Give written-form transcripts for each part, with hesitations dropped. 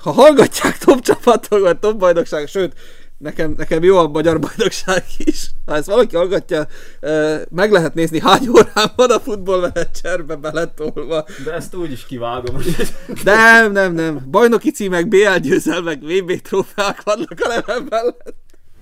ha hallgatják top csapatok, vagy top bajnokság, sőt, nekem jó a magyar bajnokság is. Ha ezt valaki hallgatja, meg lehet nézni, hány órán van a futballmenedzserbe beletolva. De ezt úgy is kivágom. Nem. Bajnoki címek, BL győzelmek, VB trófeák vannak a nevem mellett.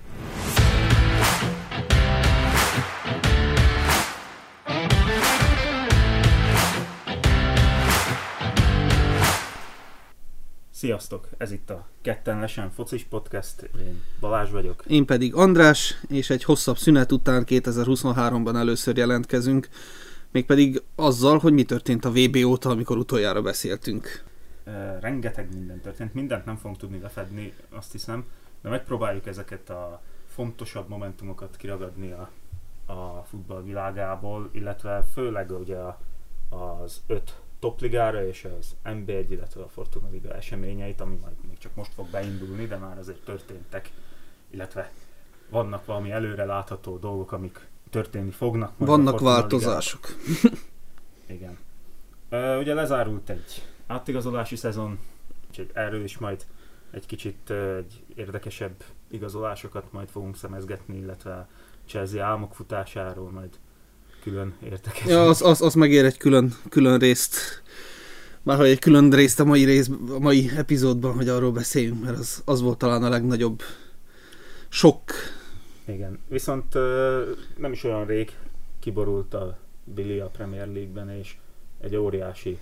Sziasztok! Ez itt a Kettenlesen focis podcast, én Balázs vagyok. Én pedig András, és egy hosszabb szünet után 2023-ban először jelentkezünk, mégpedig azzal, hogy mi történt a VB óta, amikor utoljára beszéltünk. Rengeteg minden történt, mindent nem fogunk tudni lefedni, azt hiszem, de megpróbáljuk ezeket a fontosabb momentumokat kiragadni a futball világából, illetve főleg ugye az 5 topligára és az NB1, illetve a Fortuna Liga eseményeit, ami majd még csak most fog beindulni, de már azért történtek, illetve vannak valami előre látható dolgok, amik történni fognak. Vannak változások. Igen. Ugye lezárult egy átigazolási szezon, úgyhogy erről is majd egy kicsit egy érdekesebb igazolásokat majd fogunk szemezgetni, illetve Chelsea álmok futásáról majd külön érdekes. Ja, az megér egy külön részt. Már hogy egy külön részt a mai epizódban, hogy arról beszéljünk, mert az volt talán a legnagyobb sok. Igen, viszont nem is olyan rég kiborult a Billy a Premier League-ben, és egy óriási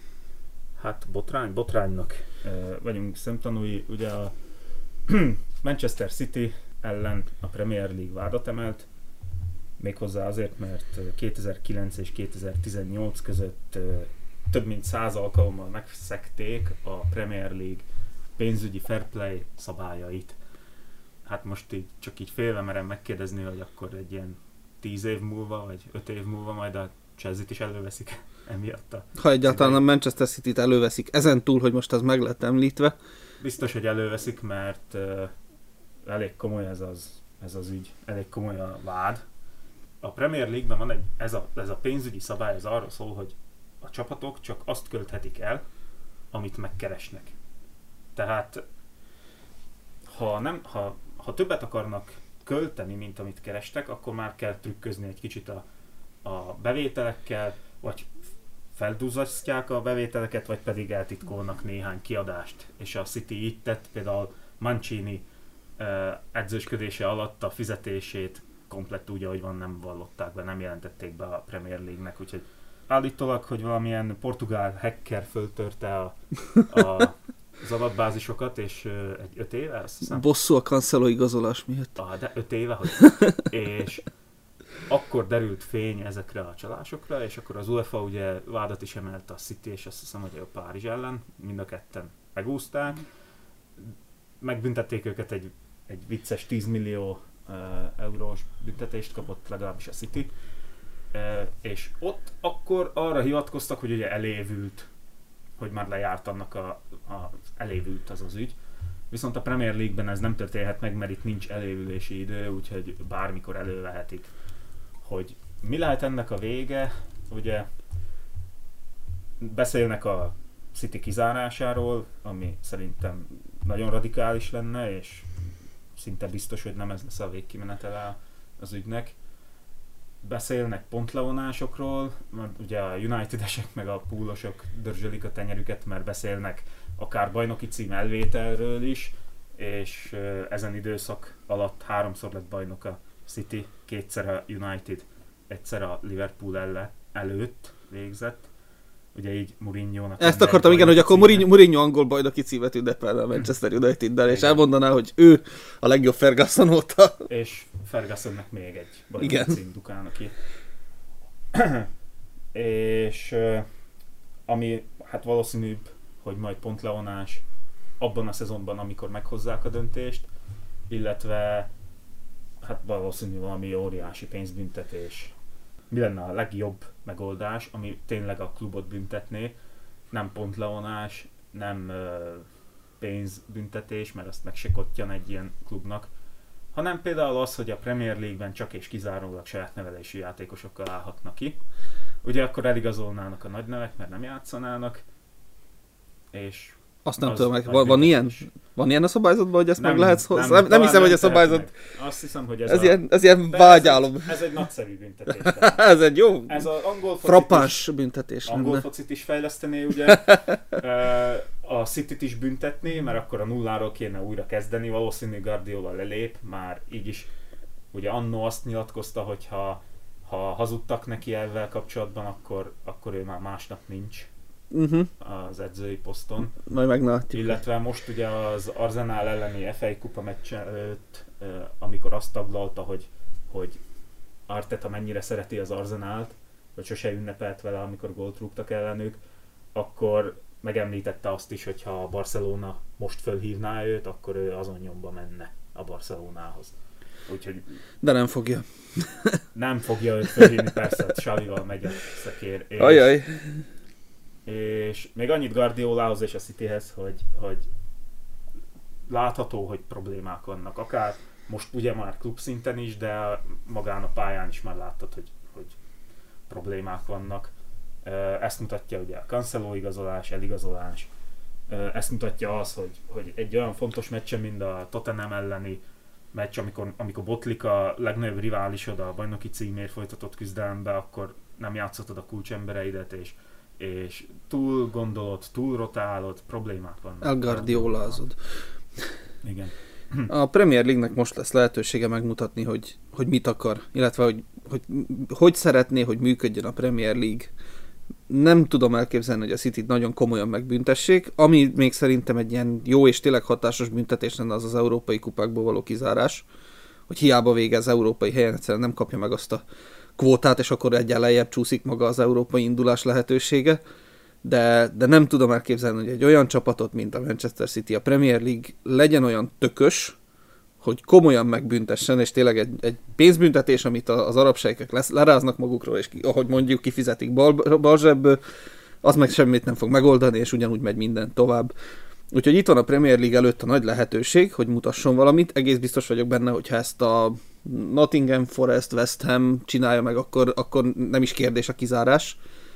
botránynak vagyunk szemtanúi. Ugye a Manchester City ellen a Premier League vádat emelt, méghozzá azért, mert 2009 és 2018 között több mint 100 alkalommal megszegték a Premier League pénzügyi fair play szabályait. Hát most így csak így félve merem megkérdezni, hogy akkor egy ilyen 10 év múlva, vagy 5 év múlva majd a Chelsea-t is előveszik emiatt. Ha egyáltalán a Manchester City-t előveszik, ezen túl, hogy most ez meg lett említve. Biztos, hogy előveszik, mert elég komoly ez az ügy, elég komoly a vád. A Premier League-ben van ez a pénzügyi szabály, ez arról szól, hogy a csapatok csak azt költhetik el, amit megkeresnek. Tehát ha többet akarnak költeni, mint amit kerestek, akkor már kell trükközni egy kicsit a bevételekkel, vagy feldúzzasztják a bevételeket, vagy pedig eltitkolnak néhány kiadást. És a City így tett, például Mancini edzősködése alatt a fizetését komplett úgy, ahogy van, nem vallották be, nem jelentették be a Premier League-nek, úgyhogy állítólag, hogy valamilyen portugál hacker föltörte az adatbázisokat, és egy 5 éve, azt hiszem. Bosszú a Cancelo igazolás miatt. De 5 éve, hogy és akkor derült fény ezekre a csalásokra, és akkor az UEFA ugye vádat is emelt a City, és azt hiszem, hogy a Párizs ellen, mind a ketten megúszták. Megbüntették őket egy vicces 10 millió eurós büntetést kapott legalábbis a City, és ott akkor arra hivatkoztak, hogy ugye elévült, hogy már lejárt annak elévült az ügy. Viszont a Premier League-ben ez nem történhet meg, mert itt nincs elévülési idő, úgyhogy bármikor elővehetik. Hogy mi lehet ennek a vége? Ugye beszélnek a City kizárásáról, ami szerintem nagyon radikális lenne, és szinte biztos, hogy nem ez lesz a végkimenetele az ügynek. Beszélnek pontlevonásokról, mert ugye a United-esek meg a poolosok dörzsölik a tenyerüket, mert beszélnek akár bajnoki cím elvételről is, és ezen időszak alatt 3-szor lett bajnok a City, 2-szer a United, egyszer a Liverpool előtt végzett. Ugye így Mourinho-nak... Ezt akartam, igen, hogy akkor Mourinho angol bajnoki címet ünnepelne a Manchester United-del, és elmondaná, hogy ő a legjobb Ferguson óta. És Fergusonnek még egy bajnoki cím dukálna ki. És ami hát valószínűbb, hogy majd pontlevonás abban a szezonban, amikor meghozzák a döntést, illetve hát valószínű valami óriási pénzbüntetés. Mi lenne a legjobb megoldás, ami tényleg a klubot büntetné, nem pontlevonás, nem pénzbüntetés, mert azt meg se kottyan egy ilyen klubnak, hanem például az, hogy a Premier League-ben csak és kizárólag saját nevelésű játékosokkal állhatnak ki. Ugye akkor eligazolnának a nagy nevek, mert nem játszanának, és Azt nem az tudom meg. nagy Van ilyen? büntetés. Van ilyen a szabályzatban, hogy ezt meg lehet hozni? Nem talán hiszem, hogy a tehetik szabályzat... meg. Azt hiszem, hogy Ez ilyen vágyálom. Ez egy nagyszerű büntetés. Ez egy jó, Ez az angol frappáns büntetés angol lenne. focit is fejlesztené, ugye. A Cityt is büntetné, mert akkor a nulláról kéne újra kezdeni. Valószínű Guardiola lelép, már így is. Ugye annó azt nyilatkozta, hogy ha hazudtak neki ezzel kapcsolatban, akkor ő már másnap nincs az edzői poszton. Majd meglátjuk. Illetve most ugye az Arsenal elleni FA kupa meccs előtt, amikor azt taglalta, hogy Arteta mennyire szereti az Arsenalt, vagy sose ünnepelt vele, amikor gólt rúgtak ellenük, akkor megemlítette azt is, hogy ha a Barcelona most fölhívná őt, akkor ő azon nyomba menne a Barcelonához. Úgyhogy De nem fogja. nem fogja őt fölhívni, persze, Xavival megy a szekér. Ajaj. És még annyit Guardiolához és a Cityhez, hogy látható, hogy problémák vannak. Akár most ugye már klubszinten is, de magán a pályán is már láttad, hogy problémák vannak. Ezt mutatja ugye a Cancelo igazolás, eligazolás. Ezt mutatja az, hogy egy olyan fontos meccsen, mint a Tottenham elleni meccs, amikor botlik a legnagyobb riválisod a bajnoki címért folytatott küzdelembe, akkor nem játszottad a kulcsembereidet, és túl gondolod, túl rotálod, problémák vannak. Elguardiolázod. Igen. A Premier League-nek most lesz lehetősége megmutatni, hogy mit akar, illetve hogy szeretné, hogy működjön a Premier League. Nem tudom elképzelni, hogy a Cityt nagyon komolyan megbüntessék, ami még szerintem egy ilyen jó és tényleg hatásos büntetés lenne, az európai kupákból való kizárás, hogy hiába végez európai helyen, egyszerűen nem kapja meg azt a kvótát, és akkor egyen lejjebb csúszik maga az európai indulás lehetősége. De nem tudom elképzelni, hogy egy olyan csapatot, mint a Manchester City, a Premier League legyen olyan tökös, hogy komolyan megbüntessen, és tényleg egy pénzbüntetés, amit az arab sejkek leráznak magukról, és ahogy mondjuk kifizetik balzsebből, az meg semmit nem fog megoldani, és ugyanúgy megy minden tovább. Úgyhogy itt van a Premier League előtt a nagy lehetőség, hogy mutasson valamit. Egész biztos vagyok benne, hogyha ezt a Nottingham Forest, West Ham csinálja meg, akkor nem is kérdés a kizárás.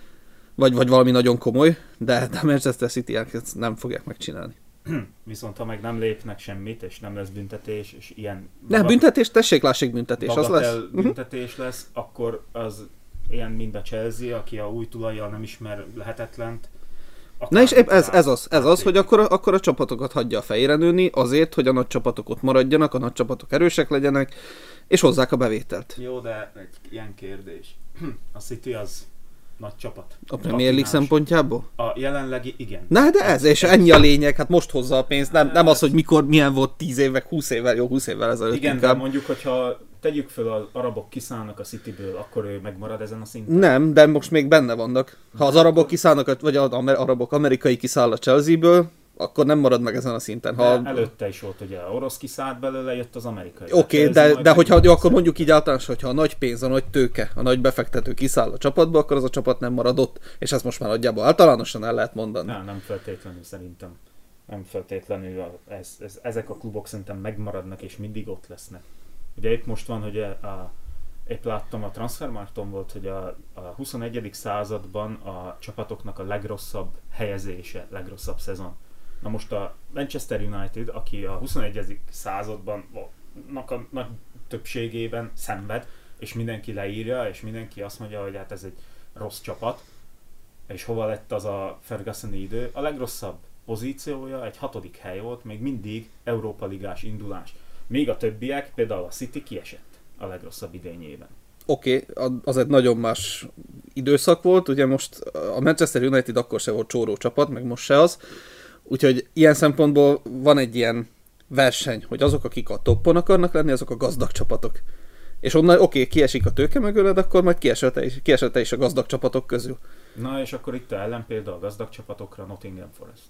Vagy valami nagyon komoly, de a Manchester City-ek ezt nem fogják megcsinálni. Viszont ha meg nem lépnek semmit, és nem lesz büntetés, és ilyen... büntetés, tessék, lássék büntetés, az lesz. Büntetés lesz, akkor az ilyen, mint a Chelsea, aki a új tulajjal nem ismer lehetetlent. Na és ez az, hogy akkor a csapatokat hagyja a fejére nőni, azért, hogy a nagy csapatok ott maradjanak, a nagy csapatok erősek legyenek, és hozzák a bevételt. Jó, de egy ilyen kérdés. A City az nagy csapat. A Premier League szempontjából? A jelenlegi, igen. Na, de ez, és ennyi a lényeg, hát most hozza a pénzt, nem az, hogy mikor, milyen volt 10 évek, 20 évvel ezelőtt. Igen, inkább. de mondjuk, hogyha tegyük föl, az arabok kiszállnak a Cityből, akkor ő megmarad ezen a szinten? Nem, de most még benne vannak. Ha az arabok kiszállnak, vagy az arabok amerikai kiszáll a Chelsea-ből, akkor nem marad meg ezen a szinten. Ha... Előtte is volt, ugye orosz kiszállt belőle, jött az amerikai. Oké, de hogyha akkor mondjuk így általános, hogyha a nagy pénz, a nagy tőke, a nagy befektető kiszáll a csapatba, akkor az a csapat nem marad ott, és ezt most már nagyjából általánosan el lehet mondani. Nem feltétlenül szerintem. Nem feltétlenül. Ezek a klubok szerintem megmaradnak, és mindig ott lesznek. Ugye épp most van, hogy épp láttam, a Transfermarkton volt, hogy a 21. században a csapatoknak a legrosszabb helyezése, legrosszabb szezon. Na most a Manchester United, aki a 21. században a nagy többségében szenved, és mindenki leírja, és mindenki azt mondja, hogy hát ez egy rossz csapat, és hova lett az a Ferguson-i idő. A legrosszabb pozíciója egy 6. hely volt, még mindig Európa Ligás indulás. Még a többiek, például a City kiesett a legrosszabb idényében. Oké, az egy nagyon más időszak volt, ugye most a Manchester United akkor se volt csóró csapat, meg most se az, úgyhogy ilyen szempontból van egy ilyen verseny, hogy azok, akik a toppon akarnak lenni, azok a gazdag csapatok. És onnan kiesik a tőke mögüled, akkor majd kiesel te is a gazdag csapatok közül. Na és akkor itt ellenpélda a gazdag csapatokra Nottingham Forest.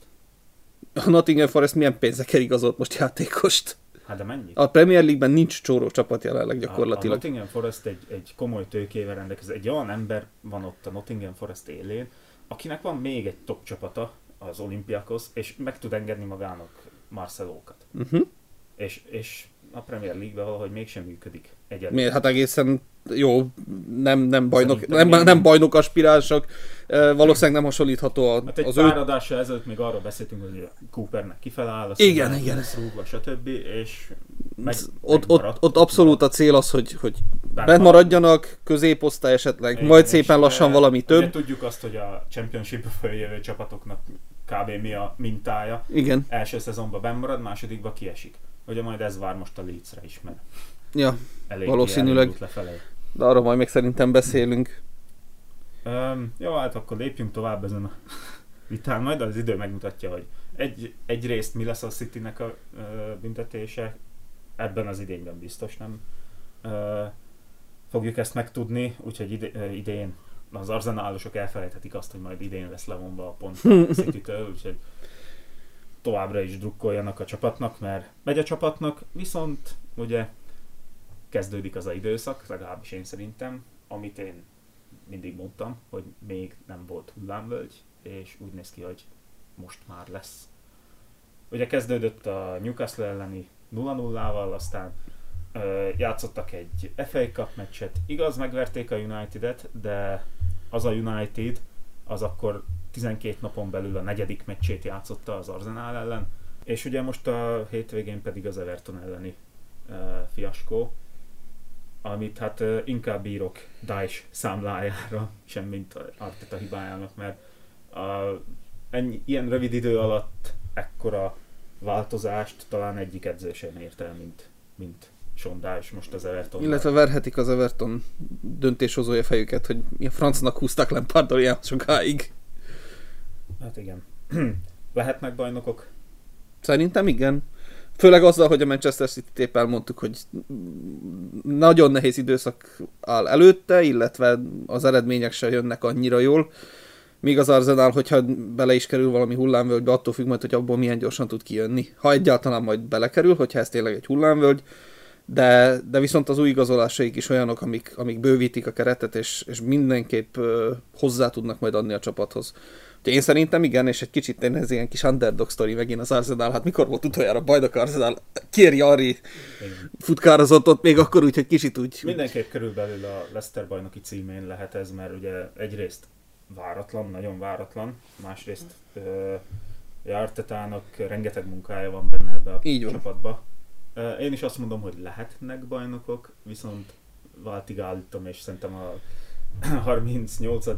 A Nottingham Forest milyen pénzekkel igazolt most játékost? Hát de mennyit? A Premier League-ben nincs csóró csapat jelenleg gyakorlatilag. A Nottingham Forest egy komoly tőkével rendelkezik. Egy olyan ember van ott a Nottingham Forest élén, akinek van még egy top csapata, az Olympiakos, és meg tud engedni magának Marcelókat. És a Premier League-ben valahogy mégsem működik egyedül. Miért? Hát egészen jó, nem Szerintem bajnok aspiránsok, valószínűleg nem hasonlítható hát egy az pár adással ezelőtt még arról beszéltünk, hogy Coopernek kifeláll, aztán igen. rúgva, stb. És ott abszolút a cél az, hogy bent maradjanak, középosztály esetleg, igen, majd szépen lassan valami több. Ugye tudjuk azt, hogy a Championship-be följövő csapatoknak kb. Mi a mintája. Igen. Első szezonban benn marad, másodikban kiesik. Ugye majd ez vár most a Leedsre is, mert ja, valószínűleg. De arra majd még szerintem beszélünk. Jó, hát akkor lépjünk tovább ezen a vitán, majd az idő megmutatja, hogy egyrészt mi lesz a Citynek a büntetése, ebben az idényben biztos nem fogjuk ezt megtudni, úgyhogy idén az arzenálosok elfelejthetik azt, hogy majd idén lesz levonva a pont a Citytől, úgyhogy továbbra is drukkoljanak a csapatnak, mert megy a csapatnak, viszont ugye kezdődik az a időszak, legalábbis én szerintem, amit én mindig mondtam, hogy még nem volt hullámvölgy, és úgy néz ki, hogy most már lesz. Ugye kezdődött a Newcastle elleni 0-0-val, aztán játszottak egy FA Cup meccset. Igaz, megverték a United-et, de az a United az akkor 12 napon belül a 4. meccsét játszotta az Arsenal ellen, és ugye most a hétvégén pedig az Everton elleni fiaskó, amit hát inkább bírok Daesh számlájára, semmint Arteta hibájának, mert ilyen rövid idő alatt ekkora változást talán egyik edző sem ért el, mint Sean Dyche most az Everton. Illetve verhetik az Everton döntéshozója fejüket, hogy a francnak húztak Lampardot ilyen sokáig. Hát igen. Lehetnek bajnokok? Szerintem igen. Főleg azzal, hogy a Manchester City-t épp elmondtuk, hogy nagyon nehéz időszak áll előtte, illetve az eredmények se jönnek annyira jól. Míg az Arsenal, hogyha bele is kerül valami hullámvölgybe, attól függ majd, hogy abból milyen gyorsan tud kijönni. Ha egyáltalán majd belekerül, hogyha ez tényleg egy hullámvölgy, de viszont az új igazolásaik is olyanok, amik bővítik a keretet, és mindenképp hozzá tudnak majd adni a csapathoz. Úgyhogy én szerintem igen, és egy kicsit ez ilyen kis underdog sztori megint az Arsenal. Hát mikor volt utoljára bajnok Arsenal? Thierry Henry futkározott ott még akkor úgy, hogy kicsit úgy... Mindenképp körülbelül a Leicester bajnoki címén lehet ez, mert ugye egyrészt váratlan, nagyon váratlan, másrészt Artetának rengeteg munkája van benne ebbe a csapatba. Én is azt mondom, hogy lehetnek bajnokok, viszont váltig állítom, és szerintem a 38.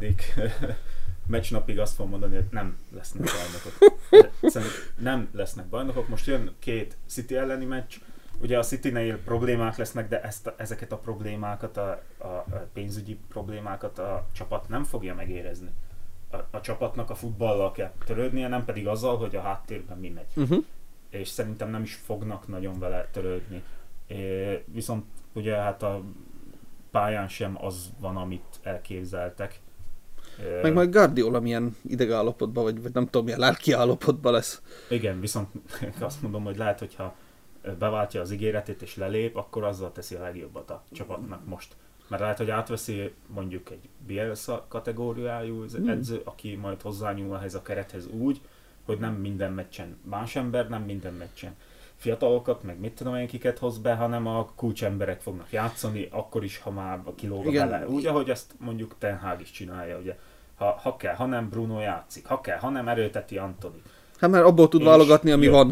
meccsnapig azt fogom mondani, hogy nem lesznek bajnokok. Szerintem nem lesznek bajnokok. Most jön 2 City elleni meccs. Ugye a Citynél problémák lesznek, de ezeket a problémákat, a pénzügyi problémákat a csapat nem fogja megérezni. A csapatnak a futballal kell törődnie, nem pedig azzal, hogy a háttérben mi megy. És szerintem nem is fognak nagyon vele törődni. Viszont ugye hát a pályán sem az van, amit elképzeltek. Meg majd Guardiola milyen idegállapotban, vagy nem tudom, milyen lelki állapotban lesz. Igen, viszont azt mondom, hogy lehet, hogyha beváltja az ígéretét és lelép, akkor azzal teszi a legjobbat a csapatnak most. Mert lehet, hogy átveszi mondjuk egy Bielsa kategóriájú edző, aki majd hozzányúl ehhez a kerethez úgy, hogy nem minden meccsen más ember, nem minden meccsen fiatalokat, meg mit tudom én kiket hoz be, hanem a kulcsemberek fognak játszani, akkor is, ha már kilóg bele. Úgy, ahogy ezt mondjuk Ten Hag is csinálja, ugye. Ha kell, ha nem Bruno játszik, ha kell, ha nem erőteti Antoni. Hát már abból tud válogatni, ami van.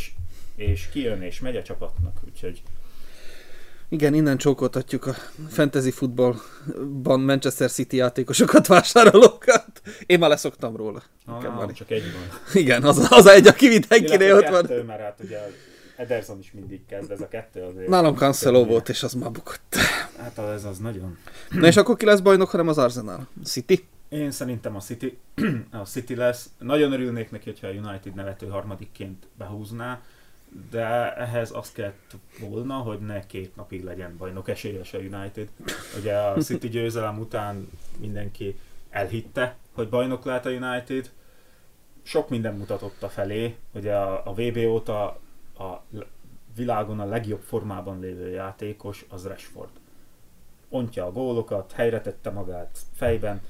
És kijön és megy a csapatnak, úgyhogy... Igen, innen csókoltatjuk a fantasy futballban Manchester City játékosokat, vásárolókat. Én már leszoktam róla. Csak egy van. Igen, az a egy, aki mindenkinél ott van. Kettő, mert hát ugye Ederson is mindig kezd, ez a kettő azért... Nálam Cancelo volt, és az már bukott. Hát ez az nagyon... Na és akkor ki lesz bajnok, hanem az Arsenal? City? Én szerintem a City lesz. Nagyon örülnék neki, hogyha a United nevető harmadikként behúzná, de ehhez azt kellett volna, hogy ne 2 napig legyen bajnok esélyes a United. Ugye a City győzelem után mindenki elhitte, hogy bajnok lehet a United. Sok minden mutatott a felé. Ugye a VB óta a világon a legjobb formában lévő játékos az Rashford. Ontja a gólokat, helyre tette magát fejben,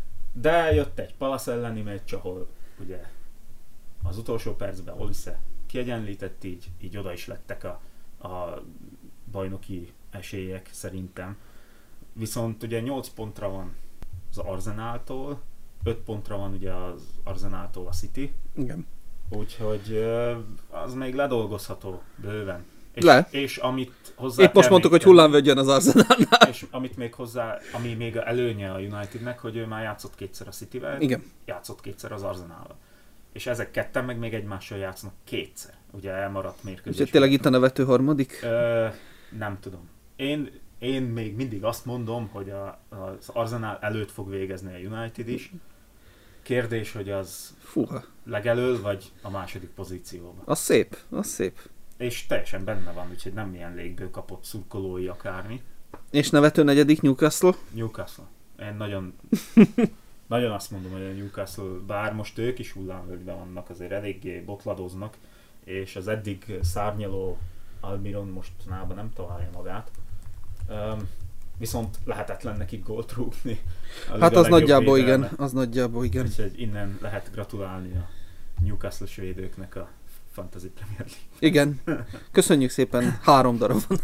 de jött egy Palace elleni meccs, ahol ugye az utolsó percben Olise kiegyenlített, így oda is lettek a a bajnoki esélyek szerintem. Viszont ugye 8 pontra van az Arsenaltól, 5 pontra van ugye az Arsenaltól a City. Igen. Úgyhogy az még ledolgozható bőven. És amit hozzá épp most mondtuk, hogy hullámvölgyön az Arsenalnál. És amit még hozzá, ami még a előnye a Unitednek, hogy ő már játszott kétszer a Cityvel, Igen. játszott kétszer az Arsenallal. És ezek ketten meg még egymással játszanak kétszer. Ugye elmaradt mérkőzés. És tényleg itt a nevető harmadik? Nem tudom. Én még mindig azt mondom, hogy az Arsenal előtt fog végezni a United is. Kérdés, hogy az legelől, vagy a második pozícióban. Az szép, az szép. És teljesen benne van, úgyhogy nem ilyen légből kapott szurkolói akármi. És nevető negyedik Newcastle? Newcastle. Én nagyon, nagyon azt mondom, hogy a Newcastle, bár most ők is hullámvölgyben vannak, azért eléggé botladoznak, és az eddig szárnyaló Almiron mostanában nem találja magát. Viszont lehetetlen nekik gólt rúgni. Hát az nagyjából igen, az nagyjából igen. Úgyhogy innen lehet gratulálni a Newcastle svédőknek a Fantasy Premier League. Igen. Köszönjük szépen, 3 darab van.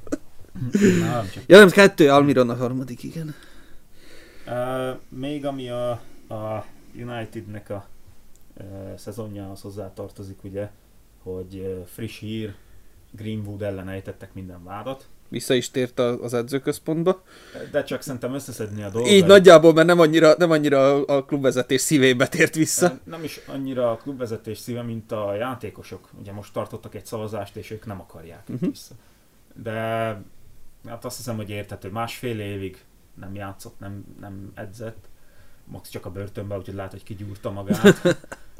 Ja nem, 2, Almiron a harmadik, igen. Még ami a Unitednek a szezonjához hozzátartozik, ugye, hogy friss hír, Greenwood ellen ejtettek minden vádat. Vissza is tért az edzőközpontba. De csak szerintem összeszedni a dolgot. Így nagyjából, mert nem annyira a klubvezetés szívébe tért vissza. Nem is annyira a klubvezetés szíve, mint a játékosok. Ugye most tartottak egy szavazást, és ők nem akarják vissza. De hát azt hiszem, hogy érthető. 1,5 évig nem játszott, nem edzett. Max csak a börtönbe, úgyhogy lehet, hogy kigyúrta magát.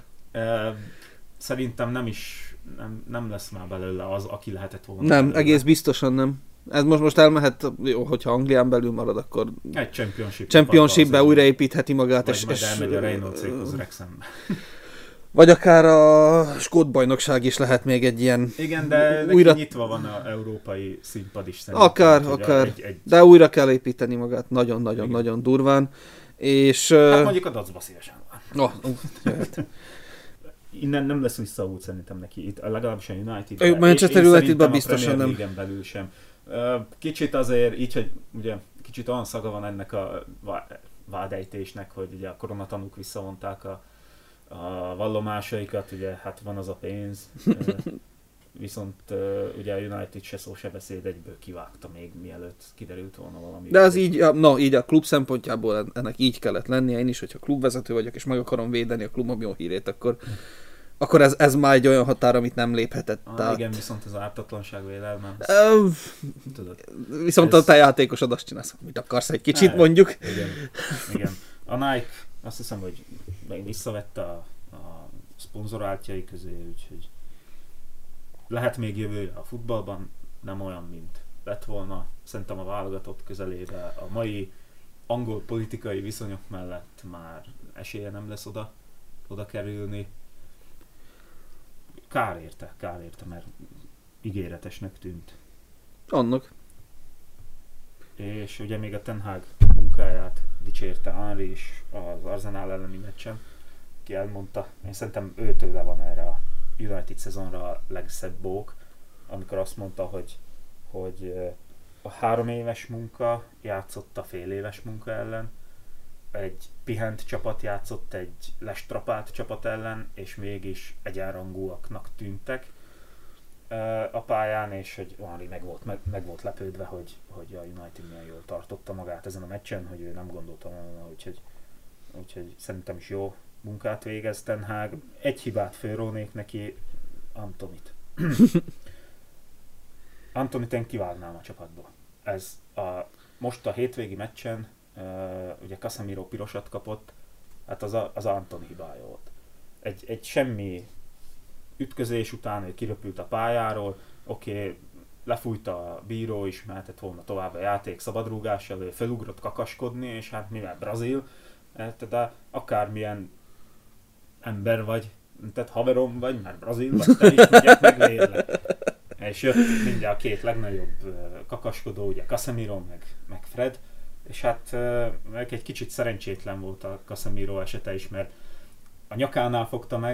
Szerintem nem lesz már belőle az, aki lehetett volna. Nem, belőle. Egész biztosan nem. Ez most elmehet, jó, hogyha Anglián belül marad, akkor egy Championship-be újraépítheti magát. Vagy majd elmegy a Reynolds-ékhoz Wrexhambe. Vagy akár a skót bajnokság is lehet még egy ilyen... Igen, de neki nyitva van az európai színpad is szerintem. Akár. De újra kell építeni magát nagyon-nagyon durván. És... Hát mondjuk a Dacba szívesen van. Jöhet. Innen nem lesz vissza út szerintem neki, itt legalábbis a United. Manchester Unitedben biztosan nem. Igen, belül sem. Kicsit azért így, hogy ugye kicsit olyan szaga van ennek a vádejtésnek, hogy ugye a koronatanúk visszavonták a vallomásaikat, ugye hát van az a pénz, viszont ugye a United se szó se beszéd, egyből kivágta még mielőtt kiderült volna valami. De az így a klub szempontjából ennek így kellett lennie. Én is, hogyha klubvezető vagyok és meg akarom védeni a klubom jó hírét, akkor ez már egy olyan határ, amit nem léphetett át. Igen, viszont az ártatlanság vélelme. Viszont a te játékosod azt csinálsz, mit akarsz egy kicsit mondjuk. Igen. A Nike azt hiszem, hogy meg visszavette a szponzoráltjai közé, úgyhogy lehet még jövőre a futballban, nem olyan, mint lett volna. Szerintem a válogatott közelébe a mai angol politikai viszonyok mellett már esélye nem lesz oda kerülni. Kár érte, mert ígéretesnek tűnt. Annak. És ugye még a Ten Hag munkáját dicsérte Henry is az Arsenal elleni meccsen, ki elmondta, én szerintem őtőle van erre a United szezonra a legszebb bók, amikor azt mondta, hogy a 3 éves munka játszott a fél éves munka ellen, egy pihent csapat játszott egy lestrapált csapat ellen, és mégis egyenrangúaknak tűntek a pályán, és hogy Henry meg volt lepődve, hogy a United milyen jól tartotta magát ezen a meccsen, hogy ő nem gondolta volna, úgyhogy szerintem is jó munkát végez Ten Hag. Egy hibát fölrónék neki, Antonit. Antonit én kivágnám a csapatból. Most a hétvégi meccsen ugye Casemiro pirosat kapott, hát az Anton hibája volt. Egy semmi ütközés után ő kiröpült a pályáról, oké, lefújta a bíró is, mehetett volna tovább a játék szabadrúgás elő, felugrott kakaskodni, és hát mivel brazil, de akármilyen ember vagy, tehát haverom vagy, mert brazil vagy, te is mindjárt megvédlek. És jött mindjárt a 2 legnagyobb kakaskodó, ugye Casemiro meg Fred, és hát egy kicsit szerencsétlen volt a Casemiro esete is, mert a nyakánál fogta meg,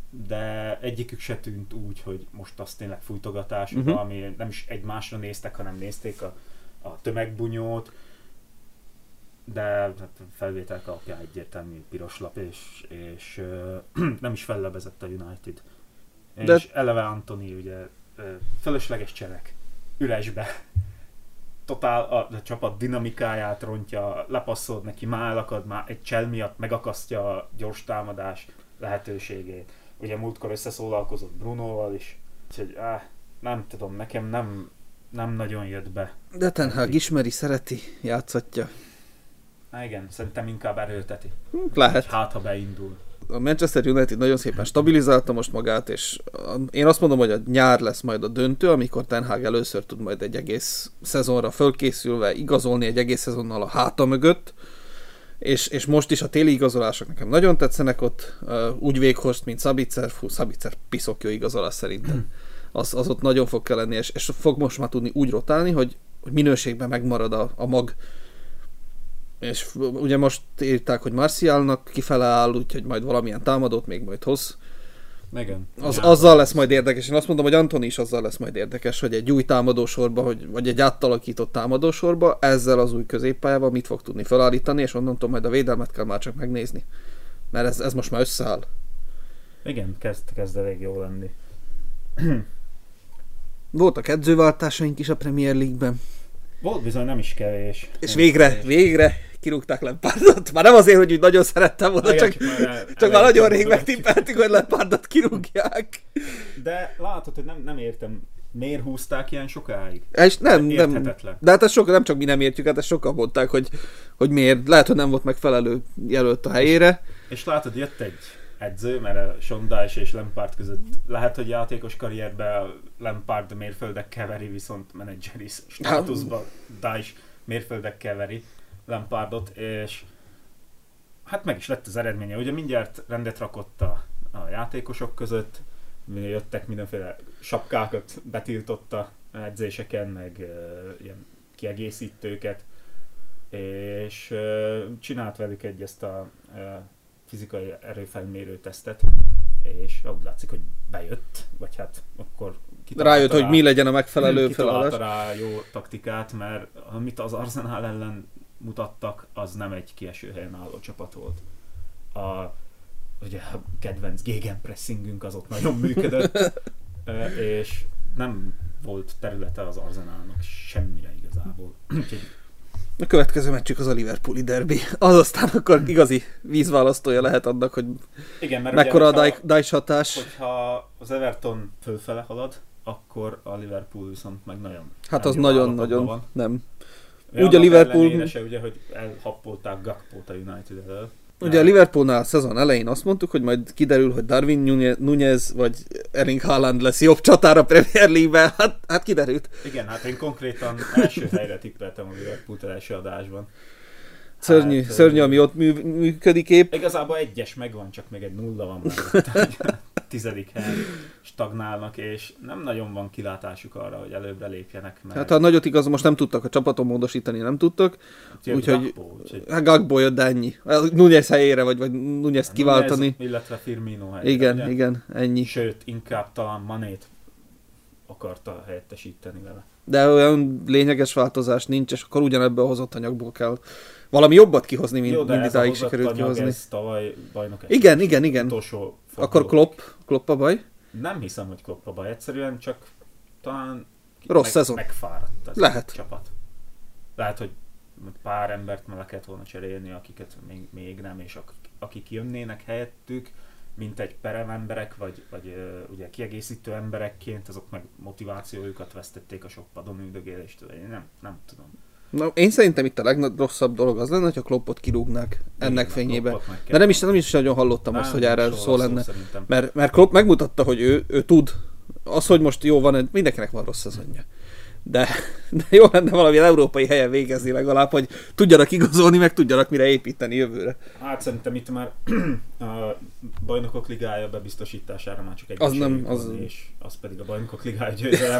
de egyikük se tűnt úgy, hogy most az tényleg fújtogatás, ami nem is egymásra néztek, hanem nézték a tömegbunyót, de hát felvételek alapján egyértelmű piros lap, és nem is fellebezett a United. És eleve Antony ugye fölösleges cselek, üresbe. Totál a csapat dinamikáját rontja, lepasszol neki, már elakad, már egy csel miatt megakasztja a gyors támadás lehetőségét. Ugye múltkor összeszólalkozott Brunoval is, úgyhogy nem tudom, nekem nem nagyon jött be. De Ten Hag ismeri, szereti, játszatja. Igen, szerintem inkább erőlteti. Lehet. Hát, ha beindul. A Manchester United nagyon szépen stabilizálta most magát, és én azt mondom, hogy a nyár lesz majd a döntő, amikor Ten Hag először tud majd egy egész szezonra fölkészülve igazolni egy egész szezonnal a háta mögött, és most is a téli igazolások nekem nagyon tetszenek ott, úgy Weghorst, mint Sabitzer, Sabitzer piszok jó igazolás szerintem. Az ott nagyon fog kell lenni, és fog most már tudni úgy rotálni, hogy minőségben megmarad a mag. És ugye most írták, hogy Martialnak kifele áll, úgyhogy majd valamilyen támadót még majd hoz. Igen. Azzal lesz majd érdekes. Én azt mondom, hogy Antony is azzal lesz majd érdekes, hogy egy új támadósorba, vagy egy átalakított támadósorba, ezzel az új középpályával mit fog tudni felállítani, és onnantól majd a védelmet kell már csak megnézni. Mert ez most már összeáll. Igen, kezd elég jó lenni. Voltak edzőváltásaink is a Premier League-ben. Volt bizony, nem is kevés. És végre kirúgták Lampardot. Már nem azért, hogy úgy nagyon szerettem volna, csak már nagyon rég megtippeltük, hogy Lampardot kirúgják. De látod, hogy nem értem, miért húzták ilyen sokáig? És nem. De hát ezt nem csak mi nem értjük, hát ezt sokan mondták, hogy miért. Lehet, hogy nem volt megfelelő jelölt a helyére. És látod, jött egy edző, mert a Sean Dyche és Lampard között lehet, hogy játékos karrierben Lampard mérföldekkel veri, viszont menedzseri státuszban Dyche mérföldekkel veri Lampardot, és hát meg is lett az eredménye. Ugye mindjárt rendet rakott a játékosok között, jöttek mindenféle sapkákat, betiltotta edzéseken, meg ilyen kiegészítőket, és csinált velük ezt a fizikai erőfelmérő tesztet, és úgy látszik, hogy bejött, vagy hát akkor rájött, hogy mi legyen a megfelelő felállás. Kitalálta rá jó taktikát, mert amit az Arsenal ellen mutattak, az nem egy kieső helyen álló csapat volt. Ugye a kedvenc gegenpressingünk az ott nagyon működött, és nem volt területe az Arsenalnak semmire igazából. A következő meccsük az a Liverpooli derby. Az aztán akkor igazi vízválasztója lehet annak, hogy igen, mert mekkora a Dyche hatás. Hogyha az Everton fölfele halad, akkor a Liverpool viszont meg nagyon... Hát az nagyon-nagyon nem. Úgy a Liverpool... Se, ugye, hogy elhappolták Gakpót a United elől. Ugye a Liverpoolnál a szezon elején azt mondtuk, hogy majd kiderül, hogy Darwin Núñez vagy Erling Haaland lesz jobb csatár a Premier League-ben. Hát kiderült. Igen, hát én konkrétan első helyre tippeltem a Liverpoolt első adásban. Szörnyű, ami ott működik épp. Igazából egyes megvan, csak még egy nulla van már. A 10. helyen stagnálnak, és nem nagyon van kilátásuk arra, hogy előbbre lépjenek. Mert... Hát ha nagyot igaz, most nem tudtak a csapaton módosítani, nem tudtak. Úgyhogy Gakpo jött, de ennyi. Núñez helyére, vagy Núñezt kiváltani. Illetve Firmino helyére. Igen, ennyi. Sőt, inkább talán Manét akarta helyettesíteni vele. De olyan lényeges változás nincs, és akkor ugyanebből a hozott anyagból kell valami jobbat kihozni, mint idáig sikerült kihozni. Ez tavaly bajnok igen. Akkor Klopp a baj? Nem hiszem, hogy Klopp a baj. Egyszerűen csak talán rossz szezon. Megfáradt ez a csapat. Lehet, hogy pár embert meg le kellett volna cserélni, akiket még nem, és akik jönnének helyettük, mint egy perem emberek, vagy ugye kiegészítő emberekként, azok meg motivációjukat vesztették a sok padon üldögéléstől. Én nem tudom. Na, én szerintem itt a legrosszabb dolog az lenne, hogyha Kloppot kirúgnák ennek fényében. De nem is nagyon hallottam azt, hogy erre szó lenne. Mert Klopp megmutatta, hogy ő tud. Az, hogy most jó van, mindenkinek van rossz szezonja. De jó lenne valamilyen európai helyen végezni legalább, hogy tudjanak igazolni, meg tudjanak mire építeni jövőre. Hát szerintem itt már a Bajnokok Ligája bebiztosítására már csak egy van, és az pedig a Bajnokok Ligája győzelem,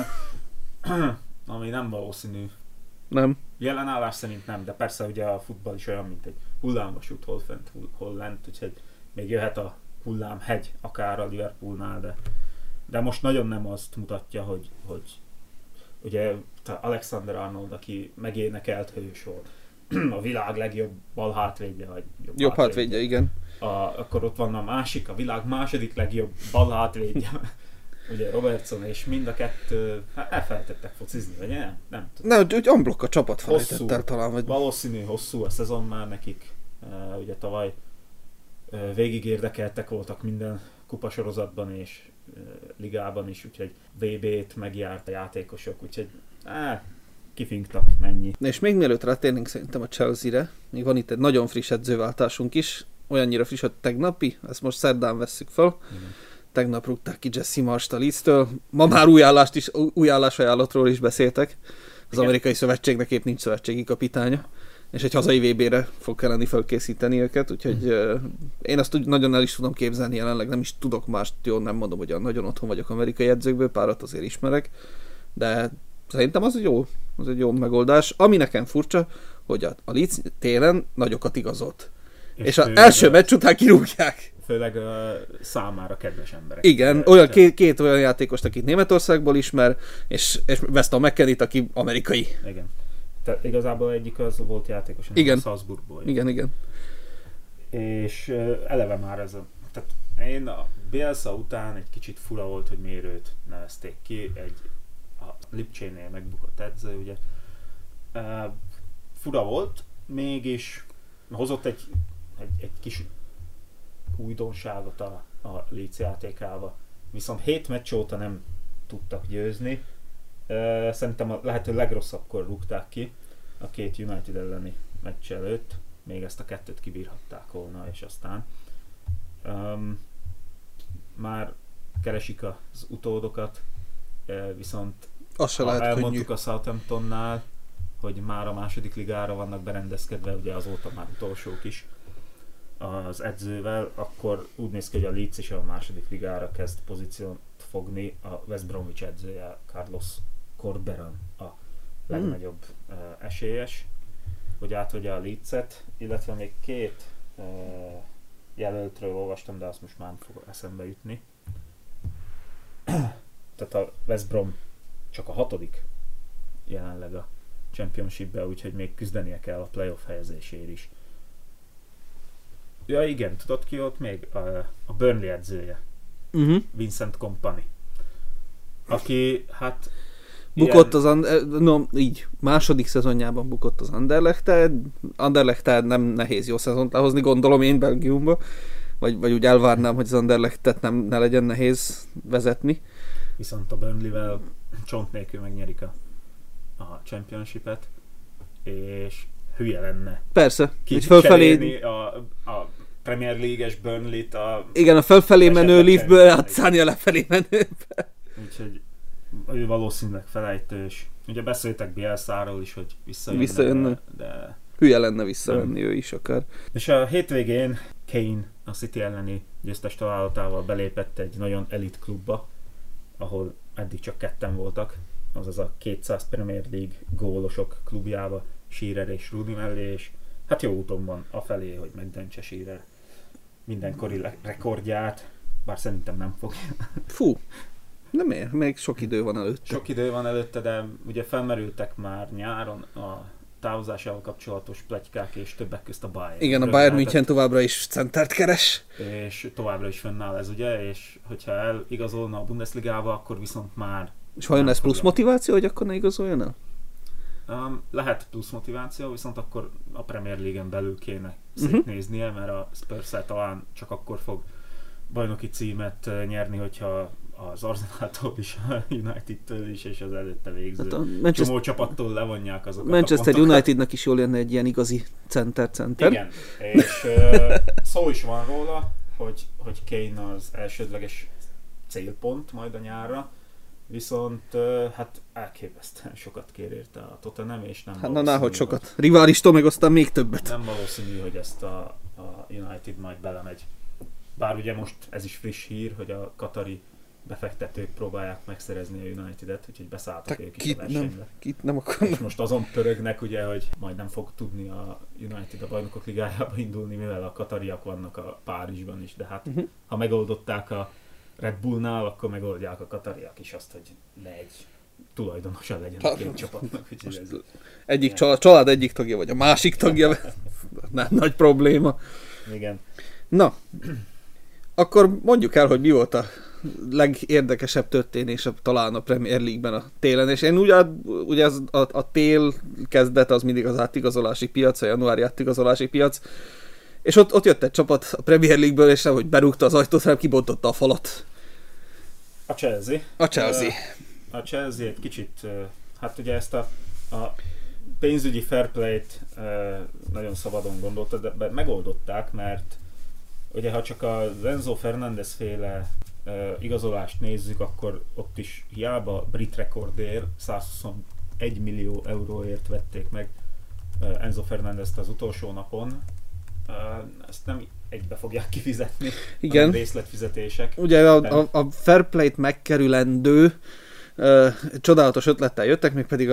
ami nem valószínű. Nem. Jelen állás szerint nem, de persze ugye a futball is olyan, mint egy hullámvasút, hol fent, hol lent, úgyhogy még jöhet a hullámhegy, akár a Liverpoolnál, de most nagyon nem azt mutatja, hogy ugye Alexander Arnold, aki megénekelt hős volt, a világ legjobb bal hátvédje, vagy jobb hátvédje, igen. Akkor ott van a másik, a világ második legjobb bal hátvédje, ugye Robertson, és mind a kettő elfelejtettek focizni, vagy nem tudom. Nem, úgy unblock a csapat felejtett el talán. Vagy... Valószínű hosszú a szezon már nekik, ugye tavaly végig érdekeltek voltak minden kupasorozatban és ligában is, úgyhogy VB-t megjárt a játékosok, úgyhogy kifinktak mennyi. És még mielőtt rátérnénk szerintem a Chelsea-re, még van itt egy nagyon friss edzőváltásunk is, olyannyira friss, hogy tegnapi, ezt most szerdán vesszük fel. Igen. Tegnap rúgták ki Jesse Marsh-t a Leeds-től. Ma már új állásajánlatról is beszéltek. Az igen. Amerikai Szövetségnek épp nincs szövetségi kapitánya, és egy hazai VB-re fog kelleni felkészíteni őket, úgyhogy én azt nagyon el is tudom képzelni jelenleg, nem is tudok mást, jól nem mondom, hogy nagyon otthon vagyok amerikai edzőkből, párat azért ismerek, de szerintem az egy jó megoldás. Ami nekem furcsa, hogy a Leeds télen nagyokat igazolt. És az első meccs után kirúgják. Főleg számára kedves emberek. Igen, olyan két olyan játékost, akit Németországból ismer, és Weston McKennie-t, aki amerikai. Igen. Tehát igazából egyik az volt játékos, a Salzburgból. Igen. És eleve már ez tehát én a Bielsa után egy kicsit fura volt, hogy miért őt nevezték ki, a Lipcsénél megbukott edző, ugye. Fura volt, mégis hozott egy kis újdonságot a Leeds játékába. Viszont 7 meccs óta nem tudtak győzni. Szerintem a lehető legrosszabbkor rúgták ki a két United elleni meccs előtt. Még ezt a kettőt kibírhatták volna, és aztán már keresik az utódokat, viszont elmondtuk a Southamptonnál, hogy már a második ligára vannak berendezkedve, ugye azóta már utolsók is az edzővel, akkor úgy néz ki, hogy a Leeds is a második ligára kezd pozíciót fogni, a West Bromwich edzője Carlos Corberan a legnagyobb esélyes, hogy átvegye a Leedset, illetve még két jelöltről olvastam, de azt most már nem fog eszembe jutni. Tehát a West Brom csak a 6. jelenleg a Championship-ben, úgyhogy még küzdenie kell a playoff helyezésért is. Ja igen, tudod ki ott még? A Burnley edzője. Vincent Kompany. Aki hát... Bukott második szezonjában bukott az Anderlecht nem nehéz jó szezont lehozni, gondolom én Belgiumba. Vagy úgy elvárnám, hogy az Anderlechtet ne legyen nehéz vezetni. Viszont a Burnley-vel csont nélkül megnyerik a Championship-et, és hülye lenne. Persze. Fölfelé a Premier League-es Burnley-t igen, a fölfelé menő Leafből átszállni a lefelé menőbe. Úgyhogy ő valószínűleg felejtős. Ugye beszéltek Bielsáról is, hogy visszajönne. De hülye lenne visszavenni ő is akár. És a hétvégén Kane a City elleni győztes találatával belépett egy nagyon elit klubba, ahol eddig csak ketten voltak, azaz a 200 Premier League gólosok klubjába, Shearer és Rooney mellé, és hát jó úton van afelé, hogy megdöntse Shearer mindenkori rekordját, bár szerintem nem fog. Fú, nem ér, még sok idő van előtte. Sok idő van előtte, de ugye felmerültek már nyáron a távozásával kapcsolatos pletykák, és többek közt a Bayern. Igen, a Bayern München továbbra is centert keres. És továbbra is fönnáll ez, ugye, és hogyha eligazolna a Bundesligába, akkor viszont már... És vajon ez plusz motiváció, hogy akkor ne igazoljon el? Lehet plusz motiváció, viszont akkor a Premier League-en belül kéne szétnéznie, mert a Spurs-szel talán csak akkor fog bajnoki címet nyerni, hogyha az Arsenaltól is, a United-től is, és az előtte végző csomó csapattól levonják azokat Manchester a Unitednak is jól jönne egy ilyen igazi center. Igen, és szó is van róla, hogy Kane az elsődleges célpont majd a nyárra, viszont hát elképesztően sokat kér érte a Tottenham, és nem hát náhogy sokat. Riválistól meg aztán még többet. Nem valószínű, hogy ezt a United majd belemegy. Bár ugye most ez is friss hír, hogy a katari befektetők próbálják megszerezni a United-et, úgyhogy beszálltak ők is a nem, versenybe. kit nem akarnak. És most azon pörögnek ugye, hogy majd nem fog tudni a United a Bajnokok Ligájába indulni, mivel a katariak vannak a Párizsban is, de hát ha megoldották a Red Bullnál, akkor megoldják a katariak is azt, hogy ne egy tulajdonosa legyen a két csapatnak. Egyik család egyik tagja, vagy a másik tagja, nem nagy probléma. Igen. Na, akkor mondjuk el, hogy mi volt a legérdekesebb történés talán a Premier League-ben a télen, és én ugye a tél kezdet az mindig az átigazolási piac, a januári átigazolási piac, és ott jött egy csapat a Premier League-ből, és hogy berúgta az ajtót, hanem kibontotta a falat. A Chelsea. A Chelsea. A Chelsea egy kicsit, hát ugye ezt a pénzügyi fair play-t nagyon szabadon gondolta, de megoldották, mert ugye ha csak a Enzo Fernández féle igazolást nézzük, akkor ott is hiába brit rekordért 121 millió euróért vették meg Enzo Fernándezt az utolsó napon. Ezt nem egybe fogják kifizetni, hanem részletfizetések. Ugye a fair play-t megkerülendő csodálatos ötlettel jöttek, még pedig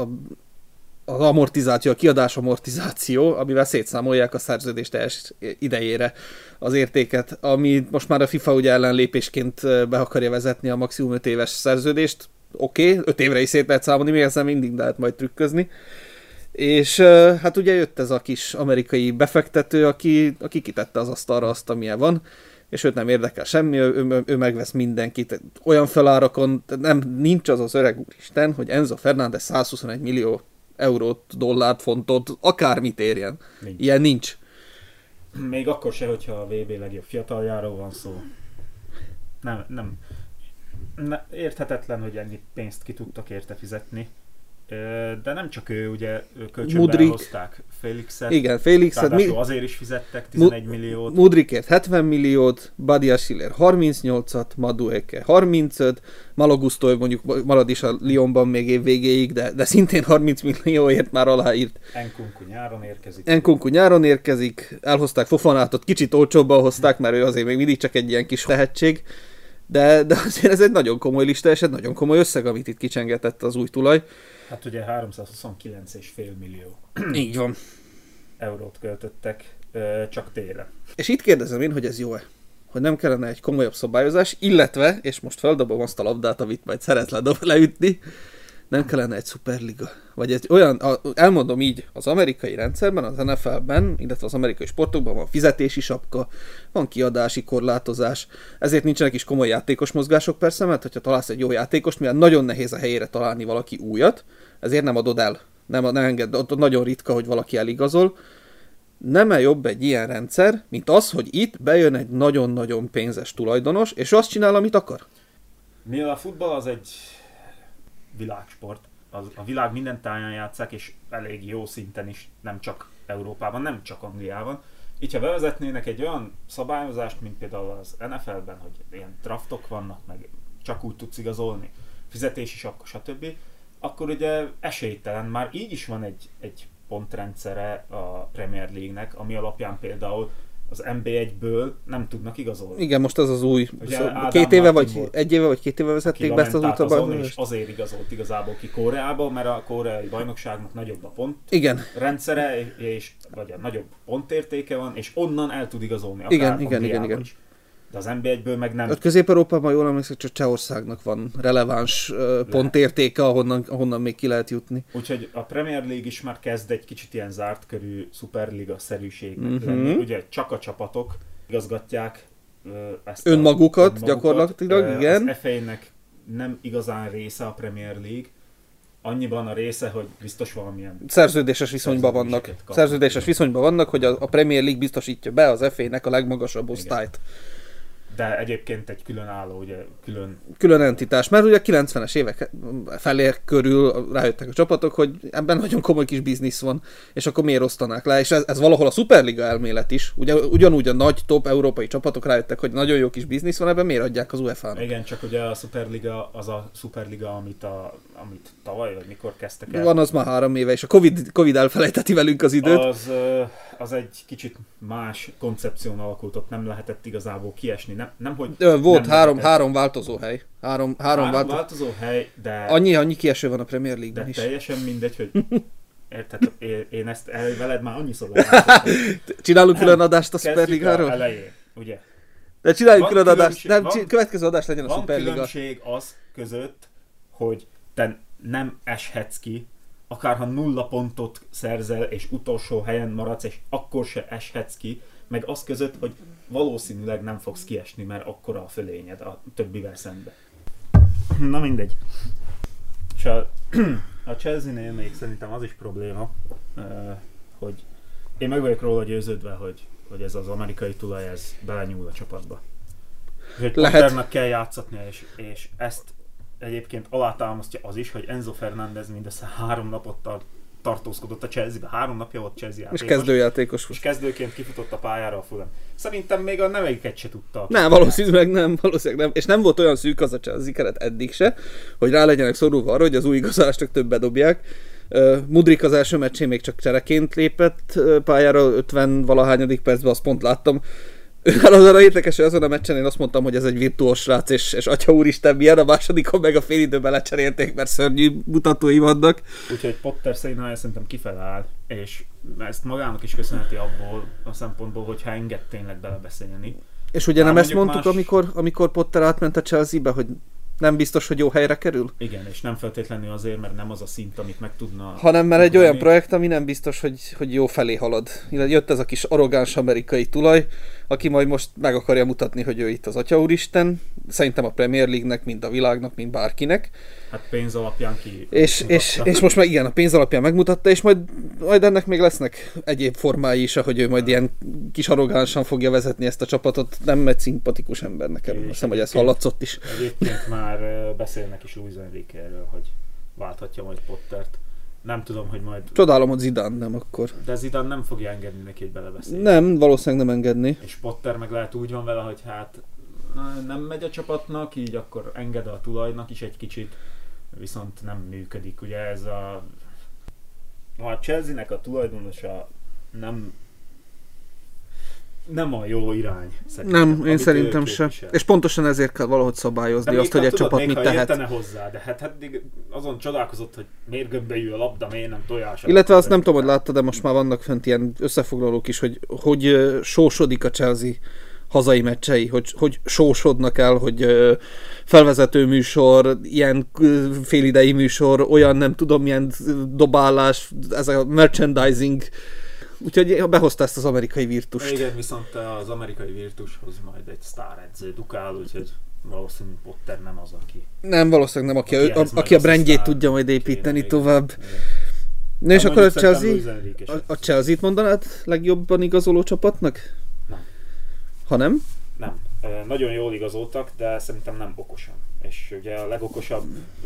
az amortizáció, a kiadás amortizáció, amivel szétszámolják a szerződés teljes idejére az értéket, ami most már a FIFA ugye ellenlépésként be akarja vezetni a maximum 5 éves szerződést. Oké, 5 évre is szét lehet számolni, még ezzel mindig lehet majd trükközni. És hát ugye jött ez a kis amerikai befektető, aki kitette az asztalra azt, amilyen van, és őt nem érdekel semmi, ő megvesz mindenkit olyan felárakon, nincs az az öreg úristen, hogy Enzo Fernández 121 millió eurót, dollárt, fontot, akármit érjen. Nincs. Ilyen nincs. Még akkor se, hogyha a VB legjobb fiataljáról van szó. Nem. Érthetetlen, hogy ennyi pénzt ki tudtak érte fizetni. De nem csak ő, ugye kölcsönbe elhozták Félixet. Igen, Félixet. Ráadásul azért is fizettek 11 milliót. Mudrikért 70 milliót, Badiashile 38-at, Madueke 35, Malagusto mondjuk marad is a Lyonban még év végéig, de szintén 30 millióért már aláírt. Nkunku nyáron érkezik. Elhozták Fofanátot, kicsit olcsóbban hozták, mert ő azért még mindig csak egy ilyen kis tehetség. De azért ez egy nagyon komoly lista, és egy nagyon komoly összeg, amit itt kicsengetett az új tulaj. Hát ugye 329,5 millió így van. Eurót költöttek csak télen. És itt kérdezem én, hogy ez jó-e? Hogy nem kellene egy komolyabb szabályozás, illetve, és most feldobom azt a labdát, amit majd szeret leütni, nem kellene egy szuperliga. Vagy egy olyan, elmondom így, az amerikai rendszerben, az NFL-ben, illetve az amerikai sportokban van fizetési sapka, van kiadási korlátozás, ezért nincsenek is komoly játékos mozgások persze, mert hogyha találsz egy jó játékost, mivel nagyon nehéz a helyére találni valaki újat, ezért nem adod el, nem enged, ott nagyon ritka, hogy valaki eligazol. Nem-e jobb egy ilyen rendszer, mint az, hogy itt bejön egy nagyon-nagyon pénzes tulajdonos, és azt csinál, amit akar? Mivel a futball az egy világsport, a világ minden táján játsszák, és elég jó szinten is, nem csak Európában, nem csak Angliában. Így ha bevezetnének egy olyan szabályozást, mint például az NFL-ben, hogy ilyen draftok vannak, meg csak úgy tudsz igazolni, fizetési sapka, stb., akkor ugye esélytelen, már így is van egy pontrendszere a Premier League-nek, ami alapján például az NB1-ből nem tudnak igazolni. Igen, most az az új. Két éve vagy két éve vezették be ezt az új és azért igazolt igazából ki Koreába, mert a koreai bajnokságnak nagyobb a pont igen. rendszere, vagy a nagyobb pontértéke van, és onnan el tud igazolni. Igen. Is. De az NB1-ből meg nem. Közép-Európában jól emlékszem, csak Csehországnak van releváns pontértéke, ahonnan még ki lehet jutni. Úgyhogy a Premier League is már kezd egy kicsit ilyen zárt körű szuperliga-szerűségnek lenni. Ugye csak a csapatok igazgatják ezt önmagukat gyakorlatilag, igen. Az FA-nek nem igazán része a Premier League, annyiban a része, hogy biztos valamilyen szerződéses viszonyban vannak, hogy a Premier League biztosítja be az FA-nek a legmagasabb osztályt. De egyébként egy különálló, ugye külön entitás, mert ugye a 90-es évek felé körül rájöttek a csapatok, hogy ebben nagyon komoly kis biznisz van, és akkor miért osztanák le, és ez valahol a Superliga elmélet is, ugyanúgy a nagy top európai csapatok rájöttek, hogy nagyon jó kis biznisz van, ebben miért adják az UEFA-nak? Igen, csak ugye a Superliga az a Superliga, amit tavaly, vagy mikor kezdtek el. Van az már 3 éve, és a Covid elfelejteti velünk az időt. Az egy kicsit más koncepción alakult, ott nem lehetett igazából kiesni, nem hogy... Volt nem három változó hely. Három változó hely, de... Annyi kieső van a Premier League-ben is. De teljesen mindegy, hogy... Érted, én ezt veled már annyiszor látottam. Csinálunk külön adást a Super Ligáról? Elején, ugye? De csináljunk külön adást. Nem, következő adás legyen a Van Super Liga. különbség az között, hogy te nem eshetsz ki, akárha 0 pontot szerzel, és utolsó helyen maradsz, és akkor se eshetsz ki, meg az között, hogy valószínűleg nem fogsz kiesni, mert akkora a fölényed a többivel szemben. Na mindegy. És a Chelsea-nél még szerintem az is probléma, hogy én meg vagyok róla győződve, hogy ez az amerikai tulaj, ez belenyúl a csapatba. Hogy Potternak kell játszatnia, és ezt egyébként alátámasztja az is, hogy Enzo Fernández mindössze 3 napot tartózkodott a Chelsea-be. 3 napja volt Chelsea játékos. És kezdőjátékos. És kezdőként kifutott a pályára a Fulham. Szerintem még a nemelyiket se tudta. Nem, valószínűleg nem. És nem volt olyan szűk az a Chelsea keret eddig se, hogy rá legyenek szorulva arra, hogy az új igazolástok többet dobják. Mudryk az első meccsén még csak csereként lépett pályára, 50-valahányadik percben, azt pont láttam. Hát az arra érdekes, hogy azon a meccsen én azt mondtam, hogy ez egy virtuós srác, és atya úristen milyen, a másodikon meg a fél időben lecserélték, mert szörnyű mutatói vannak. Úgyhogy Potter szerintem kifele áll, és ezt magának is köszönheti abból a szempontból, hogyha enged tényleg belebeszélni. És ugye nem ezt mondtuk, amikor Potter átment a Chelsea-be, hogy nem biztos, hogy jó helyre kerül? Igen, és nem feltétlenül azért, mert nem az a szint, amit meg tudna... Hanem mert egy olyan projekt, ami nem biztos, hogy jó felé halad. Jött ez a kis arrogáns amerikai tulaj, aki majd most meg akarja mutatni, hogy ő itt az Atya Úristen. Szerintem a Premier League-nek, mind a világnak, mind bárkinek. Hát pénz alapján ki... És most már igen, a pénz alapján megmutatta, és majd ennek még lesznek egyéb formái is, hogy ő majd ilyen kis arrogánsan fogja vezetni ezt a csapatot. Nem egy szimpatikus ember nekem. Azt hiszem, hogy ez hallatszott is. Egyébként már beszélnek is Luis Enrique-ről, hogy válthatja majd Pottert. Nem tudom, hogy majd... Csodálom, hogy Zidane nem akkor. De Zidane nem fogja engedni neki, hogy belebeszélni. Nem, valószínűleg nem engedni. És Potter meg lehet úgy van vele, hogy hát nem megy a csapatnak, így akkor enged a tulajnak is egy kicsit, viszont nem működik. Ugye ez a Chelsea-nek a tulajdonosa nem a jó irány. Nem, én szerintem sem. És pontosan ezért kell valahogy szabályozni azt, hogy egy csapat mit tehet. Értene hozzá, de hát azon csodálkozott, hogy miért gömbbe ül a labda, miért nem tojás. Illetve azt nem tudom, hogy láttad, de most már vannak fent ilyen összefoglalók is, hogy sósodik a Chelsea hazai meccsei, hogy sósodnak el, hogy felvezető műsor, ilyen félidei műsor, olyan nem tudom, milyen dobálás, ez a merchandising. Úgyhogy behozta ezt az amerikai virtust. Igen, viszont az amerikai virtushoz majd egy sztáredző dukál, úgyhogy valószínűleg Potter nem az, aki... Nem, valószínűleg nem, aki a brandjét tudja majd építeni tovább. Na és akkor a Chelsea-t mondanád legjobban igazoló csapatnak? Nem. Ha nem? Nem. Nagyon jól igazoltak, de szerintem nem okosan. És ugye a legokosabb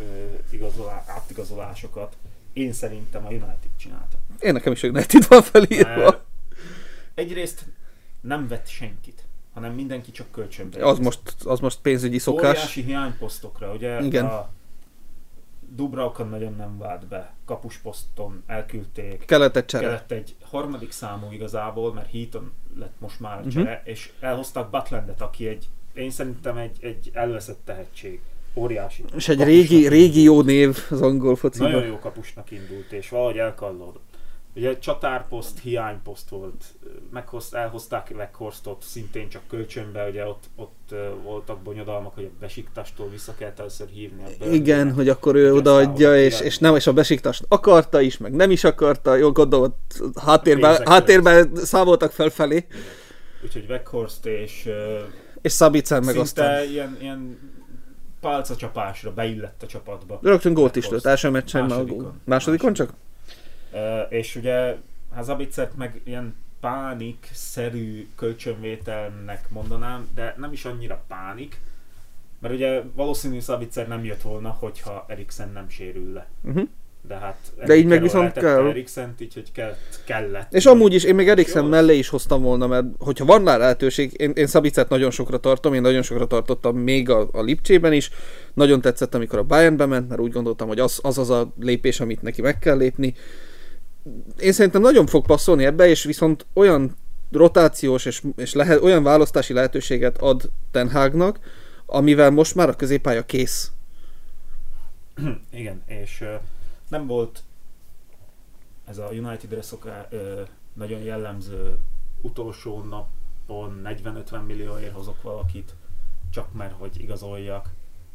átigazolásokat én szerintem a United csinálta. Én nekem is a United van felírva. Egyrészt nem vett senkit, hanem mindenki csak kölcsönbe. Az most pénzügyi szokás. Óriási hiányposztokra, ugye igen. A Dubravka nagyon nem vált be, kapusposzton elküldték. Kellett egy harmadik számú igazából, mert Heaton lett most már a csere, és elhozták Butlandet, aki én szerintem egy elveszett tehetség. Óriási. És egy régi jó név az angol fociban. Nagyon jó kapusnak indult, és valahogy elkallódott. Ugye csatárposzt, hiányposzt volt, elhozták Weghorsztot szintén csak kölcsönbe, ugye ott voltak bonyodalmak, hogy a Besiktastól vissza kellett először hívni. Igen, hogy akkor ő odaadja, és a Besiktast akarta is, meg nem is akarta, jó gondolom, háttérben számoltak felfelé. Igen. Úgyhogy Weghorst és Szabicen meg aztán. Ilyen pálcacsapásra beillett a csapatba. Rögtön gólt is lőtt, első meccsen másodikon csak? És ugye Zabicert meg ilyen pánik-szerű kölcsönvételnek mondanám, de nem is annyira pánik, mert ugye valószínű Zabicer nem jött volna, hogyha Eriksen nem sérül le. De hát de így meg viszont kell. Eriksent, így hogy kellett. És amúgy is én még Eriksen mellé is hoztam volna, mert hogyha van rá lehetőség, én Szabicert nagyon sokra tartom, én nagyon sokra tartottam még a Lipcsében is. Nagyon tetszett, amikor a Bayernbe ment, mert úgy gondoltam, hogy az a lépés, amit neki meg kell lépni. Én szerintem nagyon fog passzolni ebbe, és viszont olyan rotációs és olyan választási lehetőséget ad Ten Hagnak, amivel most már a középpálya kész. Igen, és nem volt ez a Unitedre nagyon jellemző utolsó napon 40-50 millióért hozok valakit, csak mert hogy igazoljak.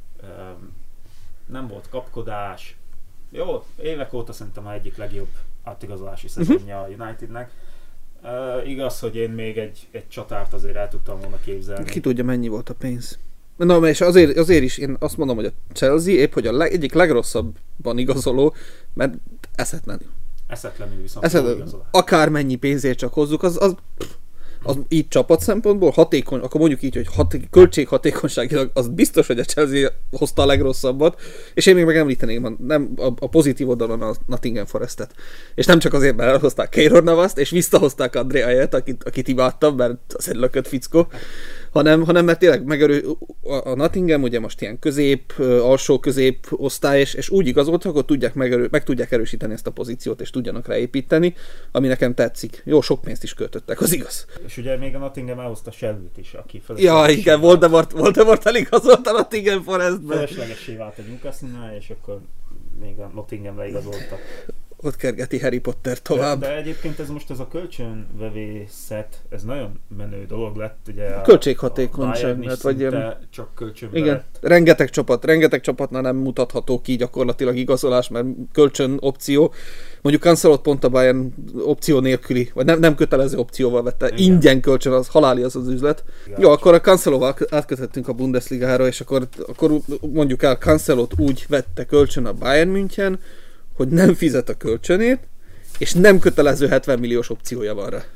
Nem volt kapkodás. Jó, évek óta szerintem a egyik legjobb átigazolási szezonja a Unitednek. Igaz, hogy én még egy csatárt azért el tudtam volna képzelni. Ki tudja, mennyi volt a pénz. Na, és azért is én azt mondom, hogy a Chelsea épp, hogy egyik legrosszabban igazoló, mert eszetlenül. Eszetlenül viszont igazolás. Akármennyi pénzért csak hozzuk, az így csapat szempontból hatékony, akkor mondjuk így, hogy költséghatékonyságilag az biztos, hogy a Chelsea hozta a legrosszabbat, és én még megemlíteném a pozitív oldalon a Nottingham Forestet. És nem csak azért, mert elhozták Keylor Navast, és visszahozták André Ayet, akit imádtam, mert az egy lökött fickó, hanem mert tényleg a Nottingham ugye most ilyen alsó közép osztály, és úgy igazoltak, hogy meg tudják erősíteni ezt a pozíciót, és tudjanak ráépíteni, ami nekem tetszik. Jó, sok pénzt is költöttek, az igaz. És ugye még a Nottingham elhozta Shelby-t is, aki ja, igen, Voldemort eligazolt a Nottingham Forestbe. Feleslegessé vált a Newcastle-nál, és akkor még a Nottingham leigazolta. Ott kergeti Harry Potter tovább. De egyébként ez a kölcsönvevészet, ez nagyon menő dolog lett. Ugye költséghatékonyság lett, vagy ilyen... csak kölcsönbe igen, lett. rengeteg csapatnál nem mutatható ki gyakorlatilag igazolás, mert kölcsön opció. Mondjuk Cancelot pont a Bayern opció nélküli, vagy nem kötelező opcióval vette. Igen. Ingyen kölcsön, az haláli az üzlet. Igen. Jó, akkor a Cancelóval átkötöttünk a Bundesligára, és akkor mondjuk el, Cancelot úgy vette kölcsön a Bayern München, hogy nem fizet a kölcsönét, és nem kötelező 70 milliós opciója van rá.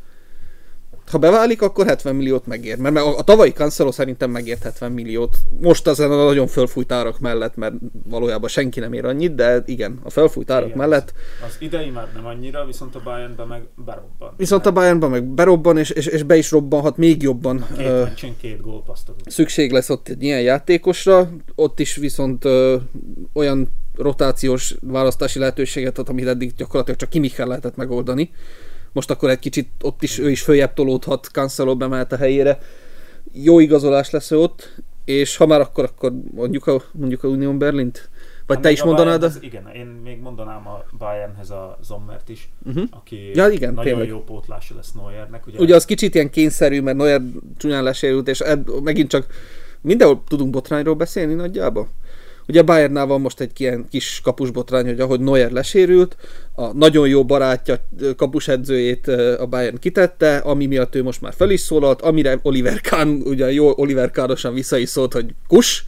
Ha beválik, akkor 70 milliót megér. Mert a tavalyi Cancelo szerintem megért 70 milliót. Most ezen a nagyon fölfújt árak mellett, mert valójában senki nem ér annyit, de igen, a fölfújt árak mellett. Az idei már nem annyira, viszont a Bayernben meg berobban. Viszont a Bayernben meg berobban, és be is robbanhat még jobban. Két gólpaszt adott. Szükség lesz ott egy ilyen játékosra. Ott is viszont olyan rotációs választási lehetőséget ad, amit eddig gyakorlatilag csak Kimmichel lehetett megoldani. Most akkor egy kicsit ott is ő is följebb tolódhat, Cancelo bemehet a helyére. Jó igazolás lesz ott, és ha már akkor mondjuk a Union Berlint? Vagy te is mondanád? Igen, én még mondanám a Bayernhez a Zommert is, aki igen, nagyon tényleg jó pótlása lesz Neuernek. Ugye az kicsit ilyen kényszerű, mert Neuer csúnyán lesérült, és megint csak mindenhol tudunk botrányról beszélni nagyjából. Ugye a Bayernnál van most egy ilyen kis kapusbotrány, hogy ahogy Neuer lesérült, a nagyon jó barátja, kapusedzőjét a Bayern kitette, ami miatt ő most már fel is szólalt, amire Oliver Kahn, ugye jó Oliver Kahnosan vissza is szólt, hogy kus,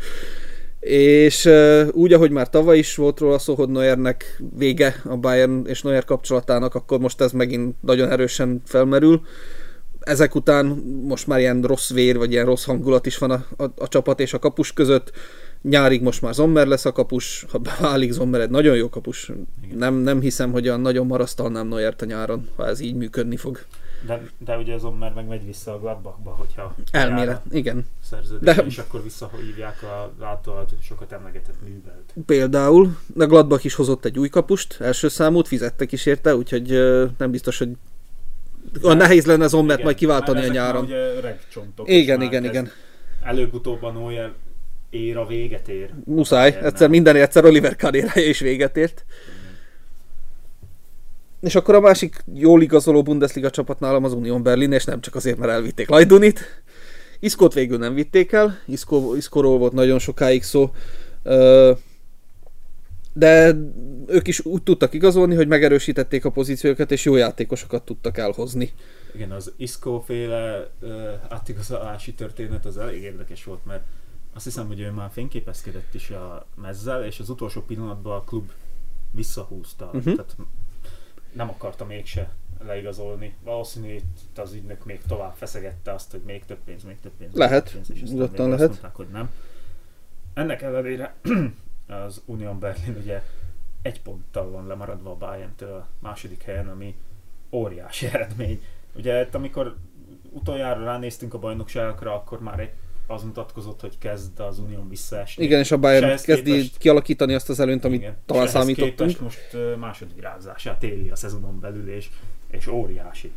és úgy, ahogy már tavaly is volt róla szó, hogy Neuernek vége a Bayern és Neuer kapcsolatának, akkor most ez megint nagyon erősen felmerül. Ezek után most már ilyen rossz vér, vagy ilyen rossz hangulat is van a csapat és a kapus között. Nyárig most már Sommer lesz a kapus, ha beválik Sommer egy nagyon jó kapus. Nem hiszem, hogy olyan nagyon marasztalnám Neuert a nyáron, ha ez így működni fog. De ugye Sommer meg megy vissza a Gladbachba, hogyha elmélet, igen. Szerződés, és akkor visszahívják a által sokat emlegetett Nübelt. Például, a Gladbach is hozott egy új kapust, első számút, fizettek is érte, úgyhogy nem biztos, hogy nehéz lenne Sommert majd kiváltani a nyáron. Ugye öreg csontok. Igen. Előbb-utóbb a Neuer éra véget ér. Muszáj, egyszer Oliver Kahn érája is véget ért. És akkor a másik jól igazoló Bundesliga csapat nálam az Union Berlin, és nem csak azért, mert elvitték Lajdunit. Iscót végül nem vitték el, Iscóról volt nagyon sokáig szó, de ők is úgy tudtak igazolni, hogy megerősítették a pozíciókat, és jó játékosokat tudtak elhozni. Igen, az Isco-féle átigazolási történet az elég érdekes volt, mert azt hiszem, hogy ő már fényképezkedett is a mezzel, és az utolsó pillanatban a klub visszahúzta. Tehát nem akarta mégse leigazolni. Valószínűleg itt az ügynök még tovább feszegette azt, hogy még több pénz. Lehet, nyugodtan lehet. Azt mondták, hogy nem. Ennek ellenére az Union Berlin ugye 1 ponttal van lemaradva a Bayerntől a második helyen, ami óriási eredmény. Ugye amikor utoljára ránéztünk a bajnokságokra, akkor már az mutatkozott, hogy kezd az Unión visszaesni. Igen, és a Bayern kezdi kialakítani azt az előnyt, amit talán számítottunk. Képest most másodvirágzását éli a szezonon belül, és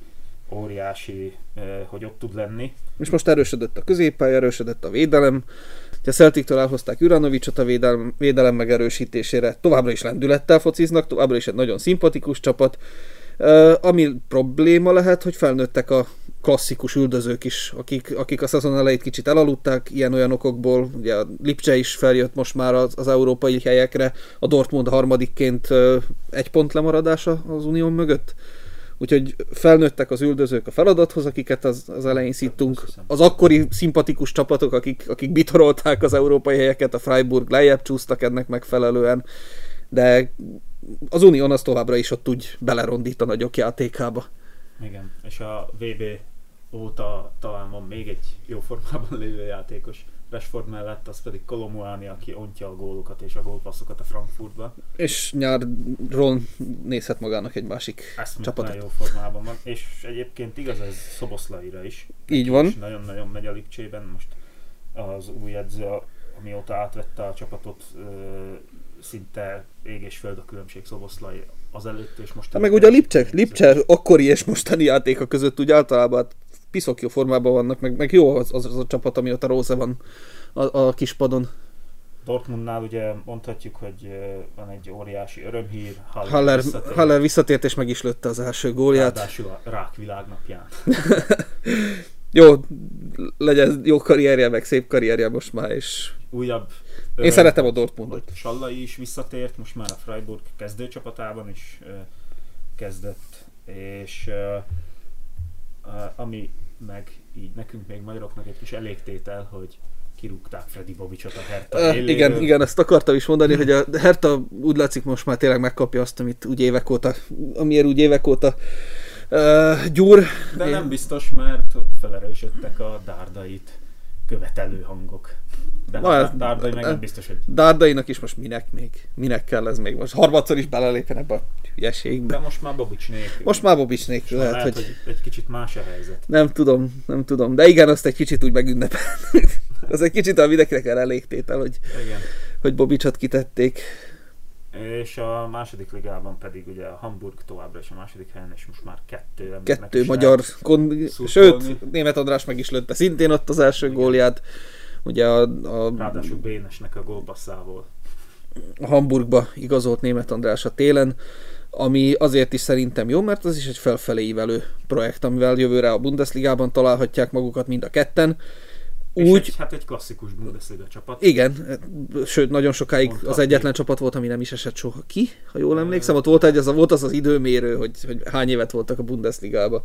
óriási, hogy ott tud lenni. És most erősödött a középpálya, erősödött a védelem. A Celtic-től elhozták Juranovicsot a védelem megerősítésére. Továbbra is lendülettel fociznak, továbbra is egy nagyon szimpatikus csapat. Ami probléma lehet, hogy felnőttek a klasszikus üldözők is, akik a szezon elejét kicsit elaludták ilyen-olyan okokból. Ugye a Lipcse is feljött most már az európai helyekre, a Dortmund harmadikként 1 pont lemaradása az Unión mögött. Úgyhogy felnőttek az üldözők a feladathoz, akiket az elején szittunk. Az akkori szimpatikus csapatok, akik bitorolták az európai helyeket, a Freiburg lejjebb csúsztak ennek megfelelően, de az Unión az továbbra is ott úgy belerondít a nagyok játékába. Igen, és a VB óta talán van még egy jó formában lévő játékos Rashford mellett, az pedig Kolomuani, aki ontja a gólokat és a gólpasszokat a Frankfurtba. És nyáron nézhet magának egy másik csapatot. Jó formában van, és egyébként igaz ez Szoboszlaira is. Így van. És nagyon-nagyon megy a Lipcsében, most az új edző, amióta átvette a csapatot, szinte ég és föld a különbség Szoboszlai azelőtt és most. Meg ugye a Lipcse akkori és mostani játéka között úgy általában piszok jó formában vannak, meg jó az a csapat, amióta Rose van a kispadon. Dortmundnál ugye mondhatjuk, hogy van egy óriási örömhír. Haller visszatért és meg is lőtte az első gólját. Ráadásul a Rák világnapján. Jó, legyen jó karrierje, meg szép karrierje most már, és újabb én szeretem a Dortmundot. Sallai is visszatért, most már a Freiburg kezdőcsapatában is kezdett, és ami meg így nekünk még magyaroknak egy kis elégtétel, hogy kirúgták Freddy Bobicsot a Hertha éléről. Igen, ezt akartam is mondani, hogy a Hertha úgy látszik most már tényleg megkapja azt, amiért úgy évek óta gyúr. De nem biztos, mert felerősödtek a Dárdait követelő hangok. De Dárdai meg nem biztos, hogy... Dárdainak is most minek kell ez még? Most harmadszor is belelépjen ebbe a hülyeségbe. De most már Bobics nélkül. Most már Bobics nélkül lehet, hogy egy kicsit más a helyzet. Nem tudom. De igen, azt egy kicsit úgy megünnepel. Az egy kicsit a mindenkinek el elégtétel, hogy Bobicsot kitették. És a második ligában pedig ugye a Hamburg továbbra is a második helyen, és most már kettő magyar sőt, Németh András meg is lőtte szintén ott az első gólját. Ugye ráadásul Bénesnek a gólpasszával. A Hamburgba igazolt Németh András a télen, ami azért is szerintem jó, mert az is egy felfelé ívelő projekt, amivel jövőre a Bundesligában találhatják magukat mind a ketten. Úgy, egy klasszikus Bundesliga csapat. Igen, sőt, nagyon sokáig mondhatni. Az egyetlen csapat volt, ami nem is esett soha ki, ha jól emlékszem. Ott volt az időmérő, hogy hány évet voltak a Bundesligába.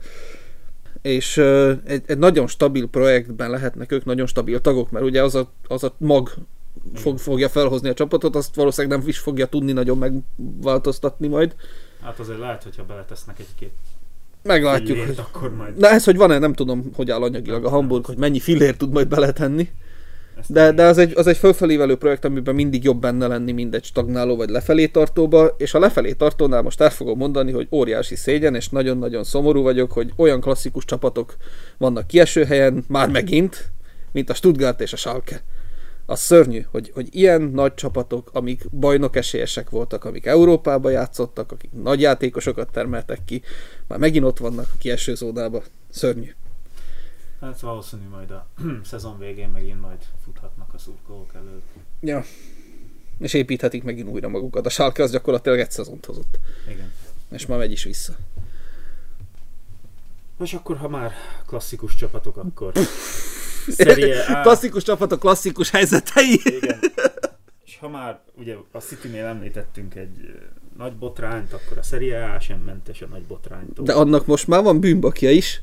És egy nagyon stabil projektben lehetnek ők nagyon stabil tagok, mert ugye az a mag fogja felhozni a csapatot, azt valószínűleg nem is fogja tudni nagyon megváltoztatni majd. Hát azért lehet, hogyha beletesznek egy-két meglátjuk, fillért, akkor majd... Na ez, hogy van-e, nem tudom, hogy áll anyagilag a Hamburg, hogy mennyi fillért tud majd beletenni. De az egy fölfelévelő projekt, amiben mindig jobb benne lenni, mint egy stagnáló vagy lefelé tartóba, és a lefelé tartónál most el fogom mondani, hogy óriási szégyen, és nagyon-nagyon szomorú vagyok, hogy olyan klasszikus csapatok vannak kieső helyen, már megint, mint a Stuttgart és a Schalke. Az szörnyű, hogy ilyen nagy csapatok, amik bajnok esélyesek voltak, amik Európába játszottak, akik nagy játékosokat termeltek ki, már megint ott vannak a kieső zónában. Szörnyű. Hát valószínű majd a szezon végén megint majd futhatnak a szurkolók elől. Ja. És építhetik megint újra magukat. A Schalke az gyakorlatilag egy szezont hozott. Igen. És már megy is vissza. És akkor, ha már klasszikus csapatok, akkor klasszikus csapatok, klasszikus helyzetei. Igen. És ha már ugye a Citynél említettünk egy nagy botrányt, akkor a Serie A sem mentes a nagy botránytól. De annak most már van bűnbakja is.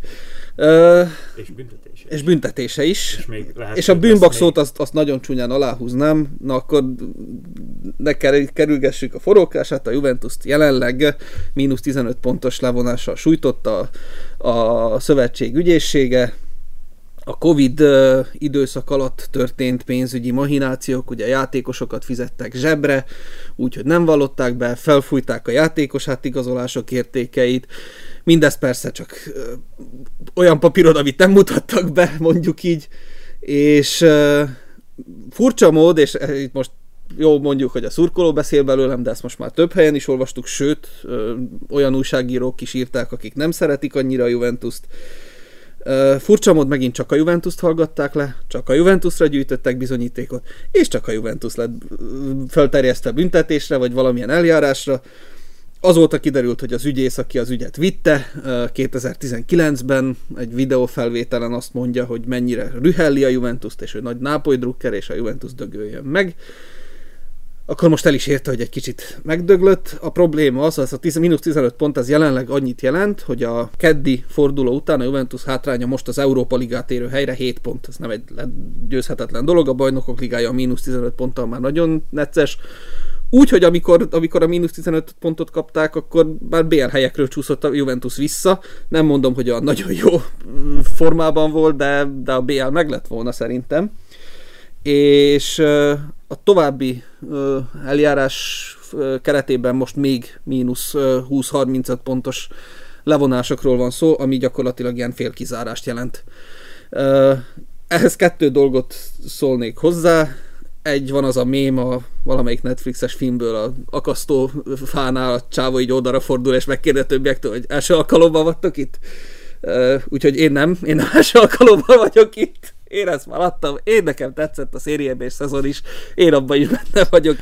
És büntetése is. És a bűnbakszót azt nagyon csúnyán aláhúznám. Na akkor ne kerülgessük a forrókását. A Juventus-t jelenleg mínusz 15 pontos levonással sújtotta a szövetség ügyészsége. A Covid időszak alatt történt pénzügyi mahinációk, ugye a játékosokat fizettek zsebre, úgyhogy nem vallották be, felfújták a játékos átigazolások értékeit. Mindez persze csak olyan papírod, amit nem mutattak be, mondjuk így. És furcsa mód, és itt most jó, mondjuk, hogy a szurkoló beszél belőlem, de ezt most már több helyen is olvastuk, sőt, olyan újságírók is írták, akik nem szeretik annyira a Juventust. Furcsa mód megint csak a Juventust hallgatták le, csak a Juventusra gyűjtöttek bizonyítékot, és csak a Juventus lett felterjesztve büntetésre, vagy valamilyen eljárásra. Azóta kiderült, hogy az ügyész, aki az ügyet vitte, 2019-ben egy videófelvételen azt mondja, hogy mennyire rühelli a Juventust, és ő nagy Nápoly drukker, és a Juventus dögöljön meg. Akkor most el is érte, hogy egy kicsit megdöglött. A probléma az a mínusz 15 pont, az jelenleg annyit jelent, hogy a keddi forduló után a Juventus hátránya most az Európa Ligát érő helyre 7 pont. Ez nem egy győzhetetlen dolog, a Bajnokok Ligája a mínusz 15 ponttal már nagyon necces. Úgyhogy amikor a mínusz 15 pontot kapták, akkor már BL helyekről csúszott a Juventus vissza. Nem mondom, hogy a nagyon jó formában volt, de a BL meg lett volna szerintem. És a további eljárás keretében most még mínusz 20-35 pontos levonásokról van szó, ami gyakorlatilag ilyen félkizárást jelent. Ehhez 2 dolgot szólnék hozzá. Egy van az a mém a valamelyik Netflixes filmből, a akasztó fánál a csávó így oldalra fordul, és megkérdezi a többiektől, hogy első alkalommal vagytok itt. Úgyhogy én nem első alkalommal vagyok itt. Én ezt már adtam, nekem tetszett a szériébés szezon is, én abban is benne vagyok.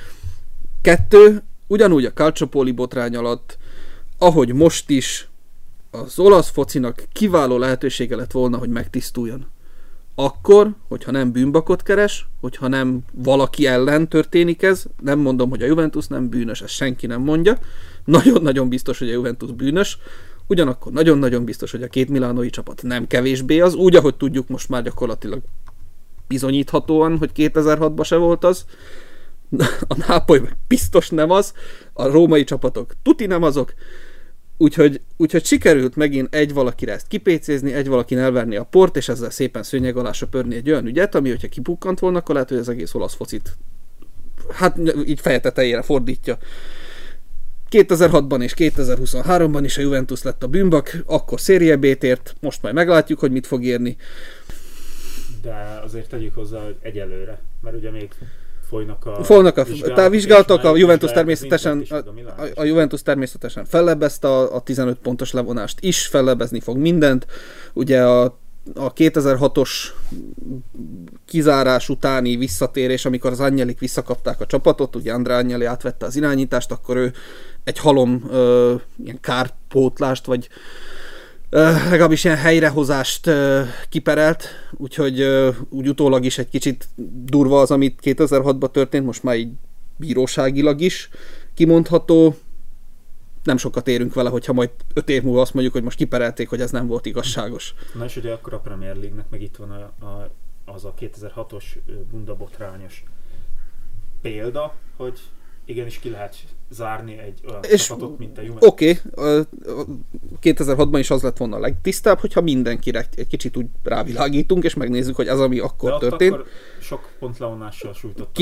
2, ugyanúgy a Calciopoli botrány alatt, ahogy most is, az olasz focinak kiváló lehetősége lett volna, hogy megtisztuljon. Akkor, hogyha nem bűnbakot keres, hogyha nem valaki ellen történik ez, nem mondom, hogy a Juventus nem bűnös, ezt senki nem mondja. Nagyon-nagyon biztos, hogy a Juventus bűnös, ugyanakkor nagyon-nagyon biztos, hogy a 2 milánói csapat nem kevésbé az, úgy, ahogy tudjuk most már gyakorlatilag bizonyíthatóan, hogy 2006-ban se volt az. A Nápoly biztos nem az, a római csapatok tuti nem azok, úgyhogy sikerült megint egy valakire ezt kipécézni, egy valakin elverni a port, és ezzel szépen szőnyeg alá söpörni egy olyan ügyet, ami, hogyha kipukkant volna, akkor lehet, hogy az egész olasz focit hát így feje tetejére fordítja. 2006-ban és 2023-ban is a Juventus lett a bűnbak, akkor Serie B-t ért, most majd meglátjuk, hogy mit fog érni. De azért tegyük hozzá, hogy egyelőre, mert ugye még folynak a vizsgálatok, a Juventus természetesen fellebbezte a 15 pontos levonást is, fellebbezni fog mindent. Ugye a 2006-os kizárás utáni visszatérés, amikor az Agnellik visszakapták a csapatot, ugye Andrea Agnelli átvette az irányítást, akkor ő egy halom ilyen kárpótlást, vagy legalábbis ilyen helyrehozást kiperelt, úgyhogy úgy utólag is egy kicsit durva az, amit 2006-ban történt, most már így bíróságilag is kimondható. Nem sokat érünk vele, hogyha majd 5 év múlva azt mondjuk, hogy most kiperelték, hogy ez nem volt igazságos. Na és ugye akkor a Premier League-nek meg itt van az a 2006-os bundabotrányos példa, hogy igenis ki lehet zárni egy olyan csapatot, mint a Juventus. Oké, 2006-ban is az lett volna a legtisztább, hogyha mindenkire egy kicsit úgy rávilágítunk, és megnézzük, hogy az, ami akkor történt. Akkor sok pontlevonással sújtottak.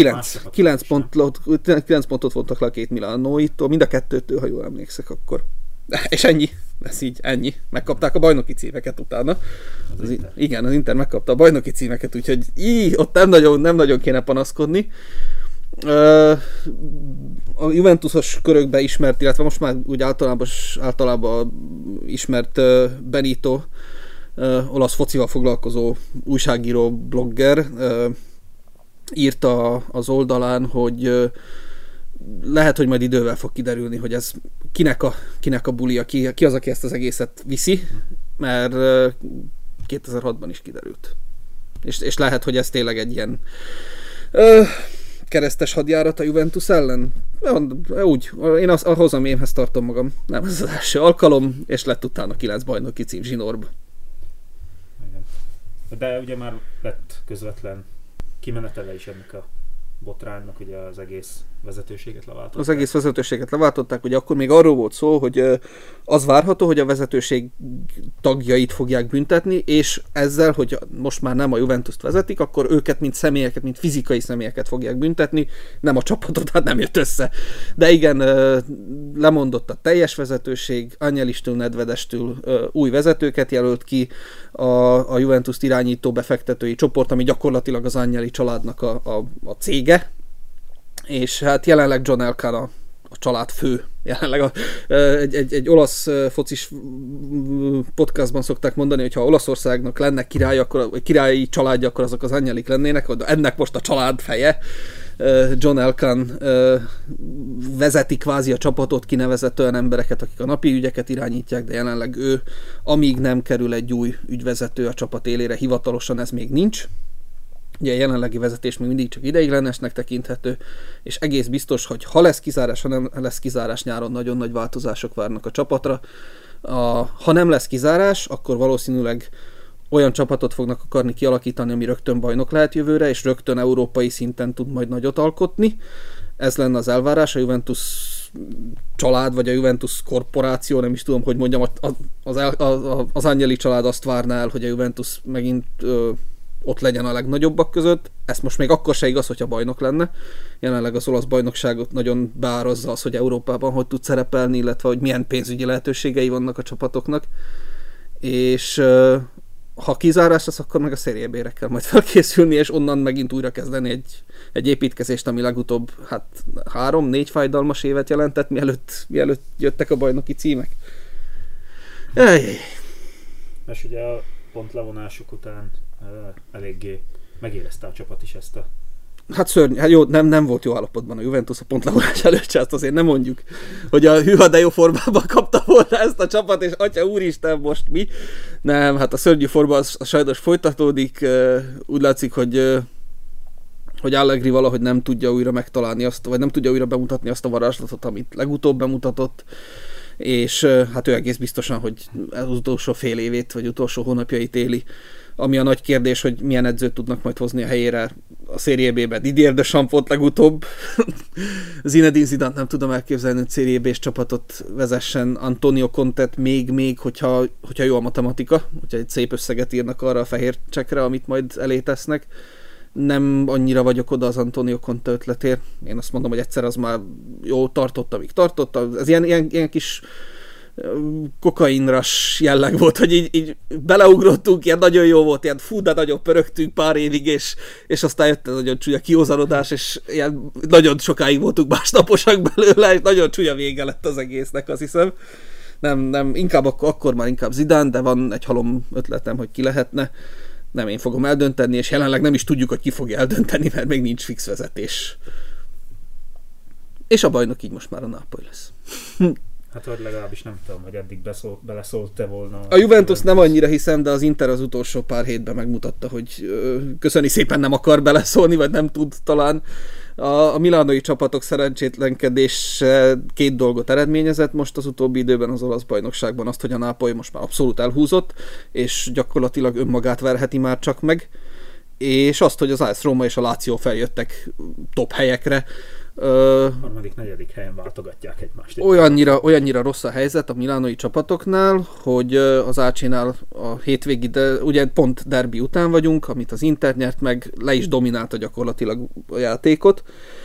9 pontot vontak le a 2 milánóitól, mind a 2-től, ha jól emlékszek, akkor. És ennyi. Ez így ennyi. Megkapták a bajnoki címeket utána. Igen, az Inter megkapta a bajnoki címeket, úgyhogy ott nem nagyon kéne panaszkodni. A Juventusos körökbe ismert, illetve most már úgy általában ismert Benito, olasz focival foglalkozó újságíró, blogger, írta az oldalán, hogy lehet, hogy majd idővel fog kiderülni, hogy ez kinek a bulia, ki az, aki ezt az egészet viszi, mert 2006-ban is kiderült. És lehet, hogy ez tényleg egy ilyen keresztes hadjárat a Juventus ellen? Úgy, én ahhoz a mémhez tartom magam. Nem, ez az első alkalom, és lett utána 9 bajnoki cím zsinórba. Igen. De ugye már lett közvetlen kimenetele is ennek a botránynak, ugye az egész vezetőséget leváltották. Az egész vezetőséget leváltották, ugye akkor még arról volt szó, hogy az várható, hogy a vezetőség tagjait fogják büntetni, és ezzel, hogy most már nem a Juventust vezetik, akkor őket, mint személyeket, mint fizikai személyeket fogják büntetni, nem a csapatot, hát nem jött össze. De igen, lemondott a teljes vezetőség, Agnellistől, Nedvedestől új vezetőket jelölt ki, a Juventust irányító befektetői csoport, ami gyakorlatilag az Agnelli családnak a cége, és hát jelenleg John Elkann a család fő. Jelenleg egy olasz focis podcastban szokták mondani, hogy ha Olaszországnak lenne király, akkor, vagy királyi családja, akkor azok az Agnellik lennének, de ennek most a család feje. John Elkann vezeti kvázi a csapatot, kinevezett olyan embereket, akik a napi ügyeket irányítják, de jelenleg ő, amíg nem kerül egy új ügyvezető a csapat élére, hivatalosan ez még nincs. Ugye a jelenlegi vezetés még mindig csak ideiglenesnek tekinthető, és egész biztos, hogy ha lesz kizárás, ha nem lesz kizárás, nyáron nagyon nagy változások várnak a csapatra. Ha nem lesz kizárás, akkor valószínűleg olyan csapatot fognak akarni kialakítani, ami rögtön bajnok lehet jövőre, és rögtön európai szinten tud majd nagyot alkotni. Ez lenne az elvárás, a Juventus család, vagy a Juventus korporáció, nem is tudom, hogy mondjam, az Agnelli család azt várná el, hogy a Juventus megint ott legyen a legnagyobbak között. Ez most még akkor se igaz, hogyha bajnok lenne. Jelenleg az olasz bajnokságot nagyon beározza az, hogy Európában hogy tud szerepelni, illetve hogy milyen pénzügyi lehetőségei vannak a csapatoknak. És ha kizárás lesz, akkor meg a Serie B-re kell majd felkészülni, és onnan megint újra kezdeni egy építkezést, ami legutóbb 3-4 fájdalmas évet jelentett, mielőtt jöttek a bajnoki címek. És ugye a pontlevonások után eléggé megérezte a csapat is ezt a... Hát szörny, hát jó, nem volt jó állapotban a Juventus a pontlevonás előtt, azt azért nem mondjuk, hogy a hűha de jó formában kapta volna ezt a csapat, és atya úristen, most mi? Nem, hát a szörnyű forma az sajnos folytatódik, úgy látszik, hogy Allegri valahogy nem tudja újra megtalálni azt, vagy nem tudja újra bemutatni azt a varázslatot, amit legutóbb bemutatott, és hát ő egész biztosan, hogy az utolsó fél évét, vagy utolsó hónapjait éli, ami a nagy kérdés, hogy milyen edzőt tudnak majd hozni a helyére a Serie B-be. Didier Deschamps volt legutóbb. Zinedine Zidane nem tudom elképzelni, hogy Serie B-s csapatot vezessen. Antonio Contet még, hogyha jó a matematika, hogyha egy szép összeget írnak arra a fehér csekre, amit majd elé tesznek. Nem annyira vagyok oda az Antonio Conte ötletért. Én azt mondom, hogy egyszer az már jó tartott, amíg tartott. Ez ilyen kis kokainras jelleg volt, hogy így beleugrottunk, ilyen nagyon jó volt, ilyen fú, de nagyon pörögtünk pár évig, és aztán jött egy nagyon csúnya kiózanodás, és ilyen nagyon sokáig voltunk másnaposak belőle, és nagyon csúnya vége lett az egésznek, azt hiszem. Nem, inkább akkor már inkább Zidane, de van egy halom ötletem, hogy ki lehetne. Nem én fogom eldönteni, és jelenleg nem is tudjuk, hogy ki fogja eldönteni, mert még nincs fix vezetés. És a bajnok így most már a Napoli lesz. Hát vagy legalábbis nem tudom, hogy eddig beleszólt-e volna. A Juventus nem annyira hiszem, de az Inter az utolsó pár hétben megmutatta, hogy köszöni szépen nem akar beleszólni, vagy nem tud talán. A milánói csapatok szerencsétlenkedése 2 dolgot eredményezett most az utóbbi időben az olasz bajnokságban, azt, hogy a Napoli most már abszolút elhúzott, és gyakorlatilag önmagát verheti már csak meg, és azt, hogy az AS Roma és a Lazio feljöttek top helyekre. Harmadik, negyedik helyen váltogatják egymást. Olyannyira rossz a helyzet a milánói csapatoknál, hogy az AC-nál a hétvégi, de ugye pont derbi után vagyunk, amit az Inter nyert meg, le is dominálta gyakorlatilag a játékot.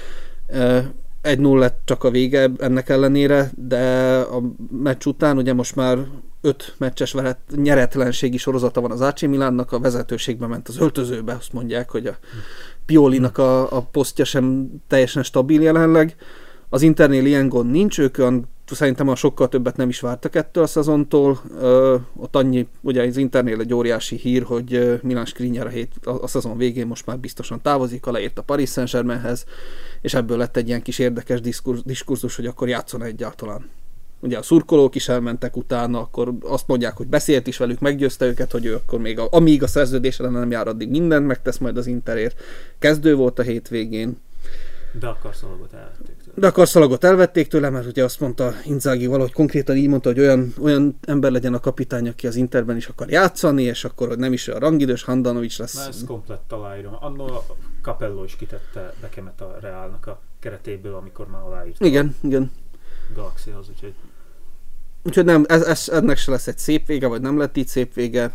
1-0 lett csak a vége ennek ellenére, de a meccs után ugye most már 5 meccses nyeretlenségi sorozata van az AC Milánnak, a vezetőségbe ment az öltözőbe, azt mondják, hogy a Piolinak a posztja sem teljesen stabil jelenleg. Az Internél ilyen gond nincs, ők szerintem sokkal többet nem is vártak ettől a szezontól. Ott annyi, ugye az Internél egy óriási hír, hogy Milan Skriniar a szezon végén most már biztosan távozik, aláírt a Paris Saint-Germainhez, és ebből lett egy ilyen kis érdekes diskurzus, hogy akkor játszon egyáltalán. Ugye a szurkolók is elmentek utána, akkor azt mondják, hogy beszélt is velük, meggyőzte őket, hogy ő akkor még amíg a szerződésre nem jár, addig mindent megtesz majd az Interért. Kezdő volt a hétvégén. De akkor szalagot elvették tőle, mert ugye azt mondta Inzaghi valahogy konkrétan így mondta, hogy olyan ember legyen a kapitány, aki az Interben is akar játszani, és akkor nem is a rangidős Handanovics lesz. Na, ez komplett aláírom. Annól a Capello is kitette Bekemet a Realnak a keretéből, amikor már aláírt. Igen. Galaxyhoz, úgyhogy nem, ennek se lesz egy szép vége, vagy nem lett így szép vége.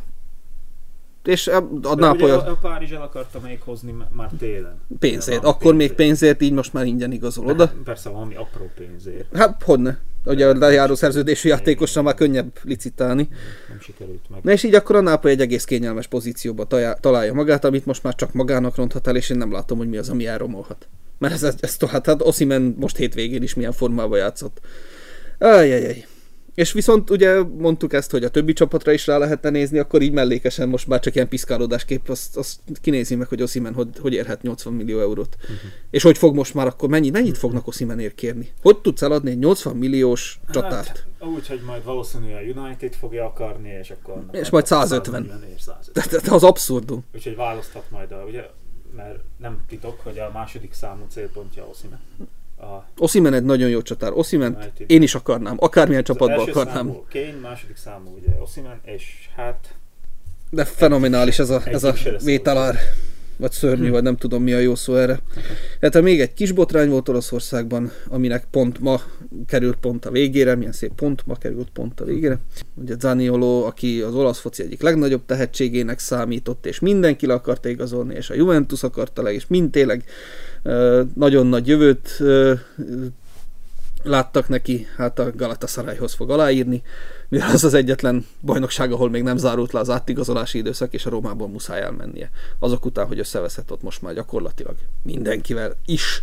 És a Nápoly... A Párizs el akarta még hozni már télen. Pénzért. Akkor még pénzért, így most már ingyen igazol oda. Persze valami apró pénzért. Hát honne. Ugye a lejáró szerződésű játékosra már könnyebb licitálni. Nem sikerült meg. Na és így akkor a Nápoly egy egész kényelmes pozícióba találja magát, amit most már csak magának ronthat el, és én nem látom, hogy mi az, ami elromolhat. Mert hát Osimhen most hétvégén is milyen formában játszott. Ajjajjaj. És viszont ugye mondtuk ezt, hogy a többi csapatra is rá lehetne nézni, akkor így mellékesen most már csak ilyen piszkálódásképp azt kinézi meg, hogy Osimhen hogy érhet 80 millió eurót. És hogy fog most már akkor, mennyit fognak Osimhenért kérni? Hogy tudsz eladni egy 80 milliós csatárt? Hát, úgy, hogy majd valószínűleg a United fogja akarni, és akkor... És majd 150. Tehát az abszurdum. Úgyhogy választhat majd, ugye, mert nem titok, hogy a második számú célpontja Osimhen. Osimhen egy nagyon jó csatár. Osimhen én is akarnám, akármilyen csapatban akarnám. Számú Kane, második számú ugye Osimhen, és hát... De fenomenális ez a vételár. Vagy szörnyű, vagy nem tudom mi a jó szó erre. Tehát még egy kis botrány volt Olaszországban, aminek pont ma került pont a végére, milyen szép pont, ma került pont a végére. Ugye Zaniolo, aki az olasz foci egyik legnagyobb tehetségének számított, és mindenki le akarta igazolni, és a Juventus akarta és mind tényleg nagyon nagy jövőt láttak neki, hát a Galatasarayhoz fog aláírni, mivel az az egyetlen bajnokság, ahol még nem zárult le az átigazolási időszak, és a Rómából muszáj elmennie. Azok után, hogy összeveszett ott most már gyakorlatilag mindenkivel is.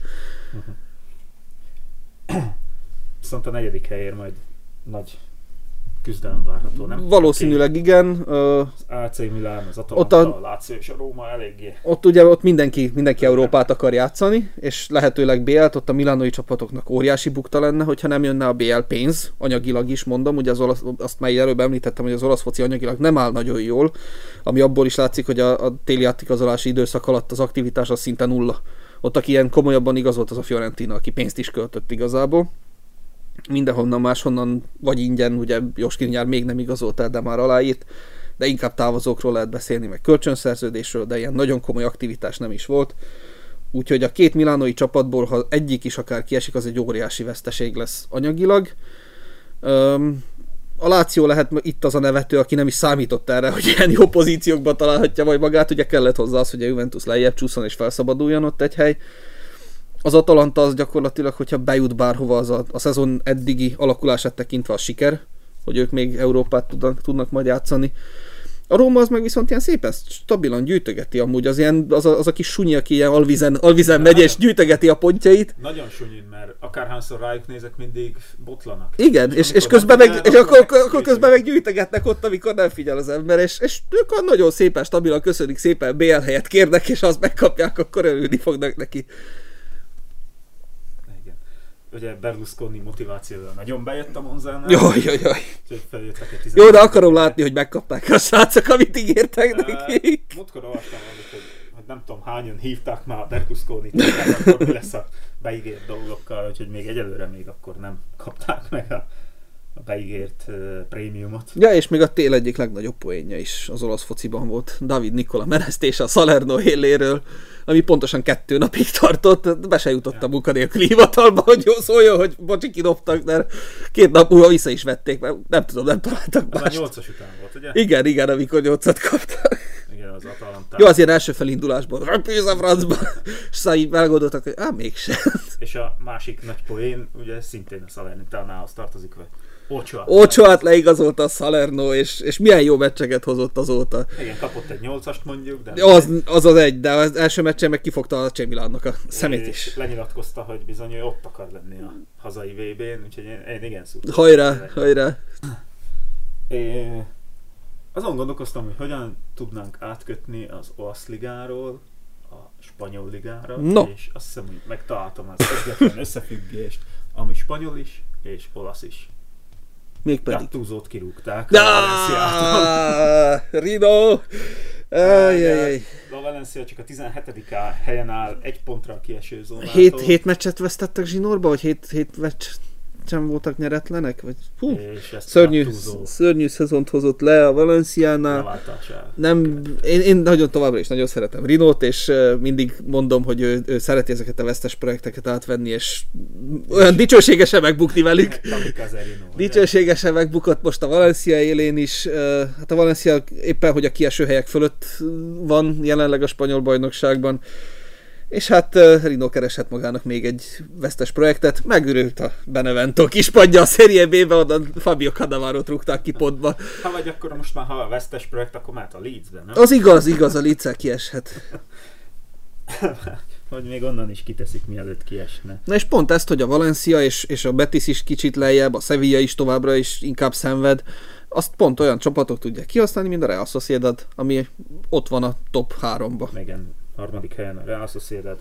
Viszont a 4. helyért majd nagy küzdelem várható, nem? Valószínűleg igen. Az AC Milan, az Atalanta, a Lazio és a Róma eléggé. Ott mindenki Európát akar játszani, és lehetőleg BL-t, ott a milánói csapatoknak óriási bukta lenne, hogyha nem jönne a BL pénz, anyagilag is mondom, ugye azt már előbb említettem, hogy az olasz foci anyagilag nem áll nagyon jól, ami abból is látszik, hogy a téli átigazolási időszak alatt az aktivitás az szinte nulla. Ott aki ilyen komolyabban igazolt, az a Fiorentina, aki pénzt is költött igazából. Mindenhonnan máshonnan, vagy ingyen, ugye Skriniar még nem igazolt el, de már aláírt, de inkább távozókról lehet beszélni, meg kölcsönszerződésről, de ilyen nagyon komoly aktivitás nem is volt. Úgyhogy a két milánói csapatból, ha egyik is akár kiesik, az egy óriási veszteség lesz anyagilag. A Lazio lehet itt az a nevető, aki nem is számított erre, hogy ilyen jó pozíciókban találhatja majd magát, ugye kellett hozzá az, hogy a Juventus lejjebb csúszon és felszabaduljon ott egy hely. Az Atalanta az gyakorlatilag, hogyha bejut bárhova, az a szezon eddigi alakulását tekintve a siker, hogy ők még Európát tudnak majd játszani. A Róma az meg viszont ilyen szépen stabilan gyűjtögeti amúgy, az a kis sunyi, aki ilyen alvizen megy és gyűjtögeti a pontjait. Nagyon sunyin, mert akárhányszor rájuk nézek, mindig botlanak. Igen, és közben akkor közben meg gyűjtögetnek ott, amikor nem figyel az ember, és ők nagyon szépen, stabilan köszönik, szépen BL helyet kérnek, és ha azt megkapják, akkor örülni fognak neki. Ugye Berlusconi motivációval nagyon bejött a Monzánál. Jaj. Jó, de akarom látni, hogy megkapták a srácok, amit ígértek nekik. Múltkor olvastam valamit, hogy nem tudom hányan hívták már a Berlusconit, akkor mi lesz a beígért dolgokkal, úgyhogy még egyelőre akkor nem kapták meg a beígért prémiumot. Ja, és még a tél egyik legnagyobb poénja is az olasz fociban volt. David Nicola menesztése a Salerno éléről, ami pontosan 2 napig tartott, be se jutott a munkanélküli hivatalba, hogy jó szóljon, hogy bocsi, kidobtak, de 2 nap múlva vissza is vették, mert nem tudom, nem találtak mást. Ez a 8-as után volt, ugye? Igen, amikor 8-at kaptak. Igen, az Atalanta. Jó, az ilyen első felindulásban, röpülsz a francba, és így megoldottak, hogy mégsem. És a másik nagy poén, ugye szintén a Salernitánához tartozik, vagy Ochoát leigazolta a Salerno, és milyen jó meccseket hozott azóta. Igen, kapott egy 8-ast mondjuk, de... Az egy, de az első meccsen meg kifogta a AC Milánnak a szemét is. Lenyilatkozta, hogy bizony ő ott akar lenni a hazai VB-n, úgyhogy én igen szúrtam. Hajrá! Azon gondolkoztam, hogy hogyan tudnánk átkötni az olasz ligáról a spanyol ligára, és azt hiszem, hogy megtaláltam az egyetlen összefüggést, ami spanyol is, és olasz is. Mégpedig. Gattusót kirúgták a Valenciától. Rino! A Valencia csak a 17. helyen áll, 1 pontra a kieső zónától. 7 meccset vesztettek zsinórba, vagy 7 meccs sem voltak nyeretlenek? Vagy... Szörnyű szezont hozott le a Valenciánál. Én nagyon továbbra is nagyon szeretem Rinót, és mindig mondom, hogy ő szereti ezeket a vesztes projekteket átvenni, és olyan dicsőségesen megbukni velük. Dicsőségesen megbukott most a Valencia élén is. Hát a Valencia éppen, hogy a kieső helyek fölött van jelenleg a spanyol bajnokságban. És hát Rino keresett magának még egy vesztes projektet, megürült a Benevento kispadja a Serie B-be, onnan Fabio Cannavarót rúgták ki pontba. Vagy akkor most már, ha a vesztes projekt, akkor már a Leeds-ben, nem? Az igaz, a Leeds-el kieshet. hogy még onnan is kiteszik, mielőtt kiesne. Na és pont ezt, hogy a Valencia és a Betis is kicsit lejjebb, a Sevilla is továbbra is inkább szenved, azt pont olyan csapatok tudják kihasználni, mint a Real Sociedad, ami ott van a top 3-ba. Igen, 3. helyen a Real Sociedad.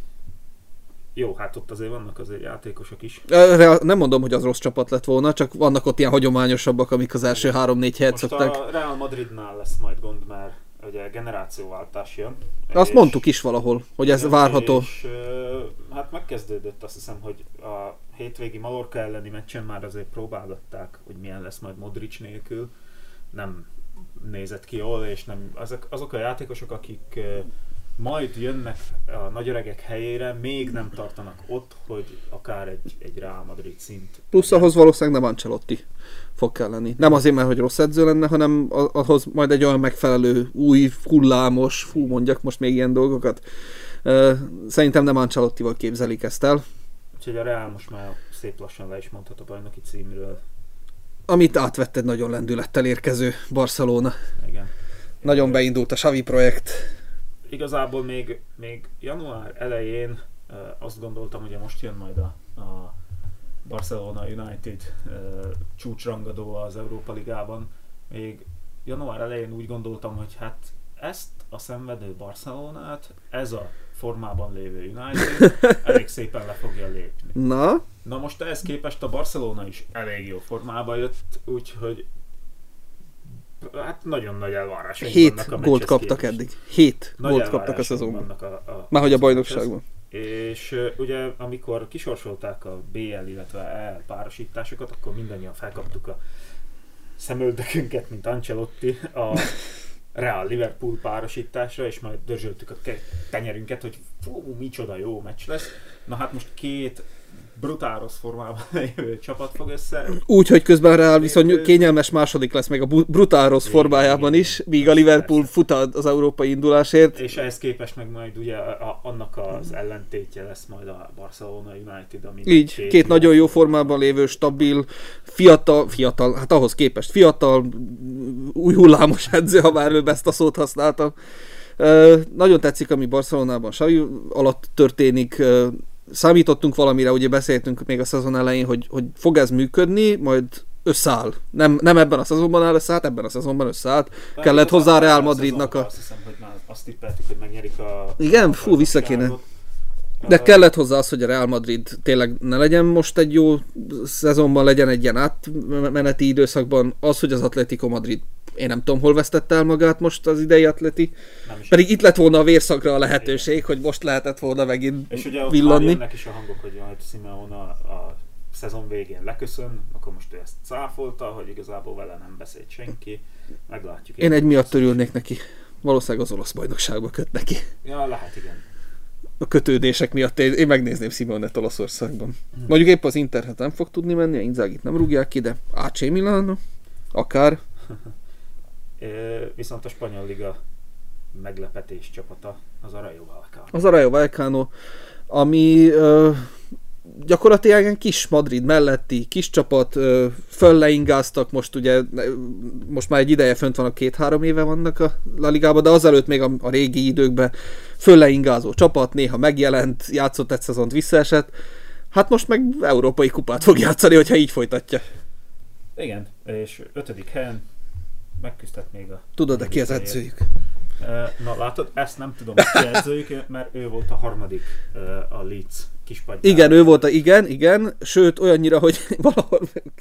Jó, hát ott azért vannak azért játékosok is. Nem mondom, hogy az rossz csapat lett volna, csak vannak ott ilyen hagyományosabbak, amik az első 3-4 helyet szokták. Most a Real Madridnál lesz majd gond, mert ugye generációváltás jön. Azt mondtuk is valahol, hogy ez várható. És hát megkezdődött, azt hiszem, hogy a hétvégi Mallorca elleni meccsen már azért próbálgatták, hogy milyen lesz majd Modric nélkül. Nem nézett ki jól, és nem, azok a játékosok, akik majd jönnek a nagyöregek helyére, még nem tartanak ott, hogy akár egy Real Madrid szint. Plusz ahhoz valószínűleg nem Ancelotti fog kelleni. Nem azért, mert hogy rossz edző lenne, hanem ahhoz majd egy olyan megfelelő, új, hullámos, mondjak most még ilyen dolgokat. Szerintem nem Ancelottival képzelik ezt el. Úgyhogy a Real most már szép lassan le is mondhat a bajnoki címről. Amit átvett egy nagyon lendülettel érkező Barcelona. Igen. Nagyon beindult a Xavi projekt. Igazából még január elején azt gondoltam, hogy most jön majd a Barcelona United csúcsrangadó az Európa Ligában. Még január elején úgy gondoltam, hogy hát ezt a szenvedő Barcelonát, ez a formában lévő United elég szépen le fogja lépni. Na most ehhez képest a Barcelona is elég jó formában jött, úgyhogy hát nagyon nagy elvárások vannak 7 gólt kaptak eddig. 7 gólt kaptak a szezonban. Már hogy a bajnokságban. És ugye amikor kisorsolták a BL, illetve EL párosításokat, akkor mindannyian felkaptuk a szemöldökünket, mint Ancelotti a Real Liverpool párosításra, és majd dörzsöltük a tenyerünket, hogy fú, micsoda jó meccs lesz. Na hát most két brutál rossz formában lévő csapat fog össze. Úgy, hogy közben Real viszont kényelmes második lesz meg a brutál rossz formájában is, míg a Liverpool fut az európai indulásért. És ehhez képest meg majd ugye annak az ellentétje lesz majd a Barcelona United, ami így, két nagyon jó formában lévő, stabil, fiatal, hát ahhoz képest fiatal, új hullámos edző, ha már előbb ezt a szót használtam. Nagyon tetszik, ami Barcelonában Xavi alatt történik. Számítottunk valamire, ugye beszéltünk még a szezon elején, hogy fog ez működni, majd összeáll. Nem ebben a szezonban áll összeállt, ebben a szezonban összeállt. Kellett hozzá a Real Madridnak Azt hiszem, hogy már azt tippeltük, hogy megnyerik a... Igen, vissza kéne. De kellett hozzá az, hogy a Real Madrid tényleg ne legyen most egy jó szezonban, legyen egy ilyen átmeneti időszakban. Az, hogy az Atlético Madrid, én nem tudom, hol vesztette el magát most az idei Atleti. Pedig itt lett volna a vérszagra a lehetőség, hogy most lehetett volna megint és ugye ott villani. már jönnek is a hangok, hogy majd Simeone a szezon végén leköszön, akkor most ő ezt cáfolta, hogy igazából vele nem beszélt senki. Meglátjuk. Én egy miatt örülnék neki. Valószínűleg az olasz bajnokságba köt neki. Ja, lehet, igen. A kötődések miatt én megnézném Simeonet Olaszországban. Mondjuk épp az Interhet nem fog tudni menni, a Inzagit nem rúgják ki, de AC Milano, akár. Viszont a spanyol liga meglepetés csapata az a Rayo Vallecano. Az a Rayo Vallecano, ami gyakorlatilag ilyen kis Madrid melletti kis csapat, fölleingáztak, most ugye, most már egy ideje fönt vannak, 2-3 éve vannak a La Ligában, de azelőtt még a régi időkben fölleingázó csapat, néha megjelent, játszott egy szezont, visszaesett. Hát most meg európai kupát fog játszani, hogyha így folytatja. Igen, és 5. helyen megküzdhet még a... Tudod-e ki az edzőjük? Na látod, ezt nem tudom, ki edzőjük, mert ő volt a harmadik a Leeds kispadján. Igen, ő volt igen, sőt olyannyira, hogy valahol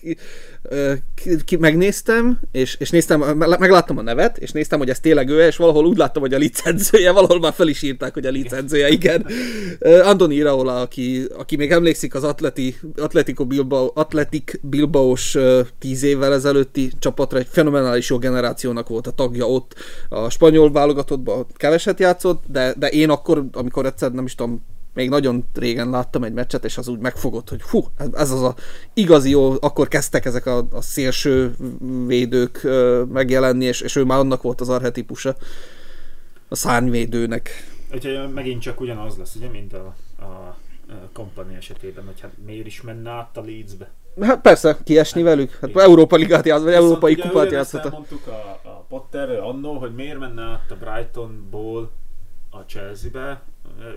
megnéztem, és néztem, megláttam a nevet, és néztem, hogy ez tényleg ő, és valahol úgy láttam, hogy a Leeds edzője, valahol már fel is írták, hogy a Leeds edzője, igen. Andoni Iraola, aki még emlékszik az Athletic Bilbao-s 10 évvel ezelőtti csapatra, egy fenomenális jó generációnak volt a tagja ott, a spanyol válogatottban keveset játszott, de én akkor, amikor egyszer nem is tudom, még nagyon régen láttam egy meccset, és az úgy megfogott, hogy hú, ez az a igazi jó, akkor kezdtek ezek a szélső védők megjelenni, és ő már annak volt az archetipusa, a szárnyvédőnek. Úgyhogy megint csak ugyanaz lesz, ugye, mint a Kompany esetében, hogy hát miért is menne át a Leedsbe. Hát persze, kiesni velük. Hát Európa Ligát játszott, vagy Európai Kupát játszott. Viszont mondtuk a Potterről annól, hogy miért menne át a Brightonból a Chelsea-be.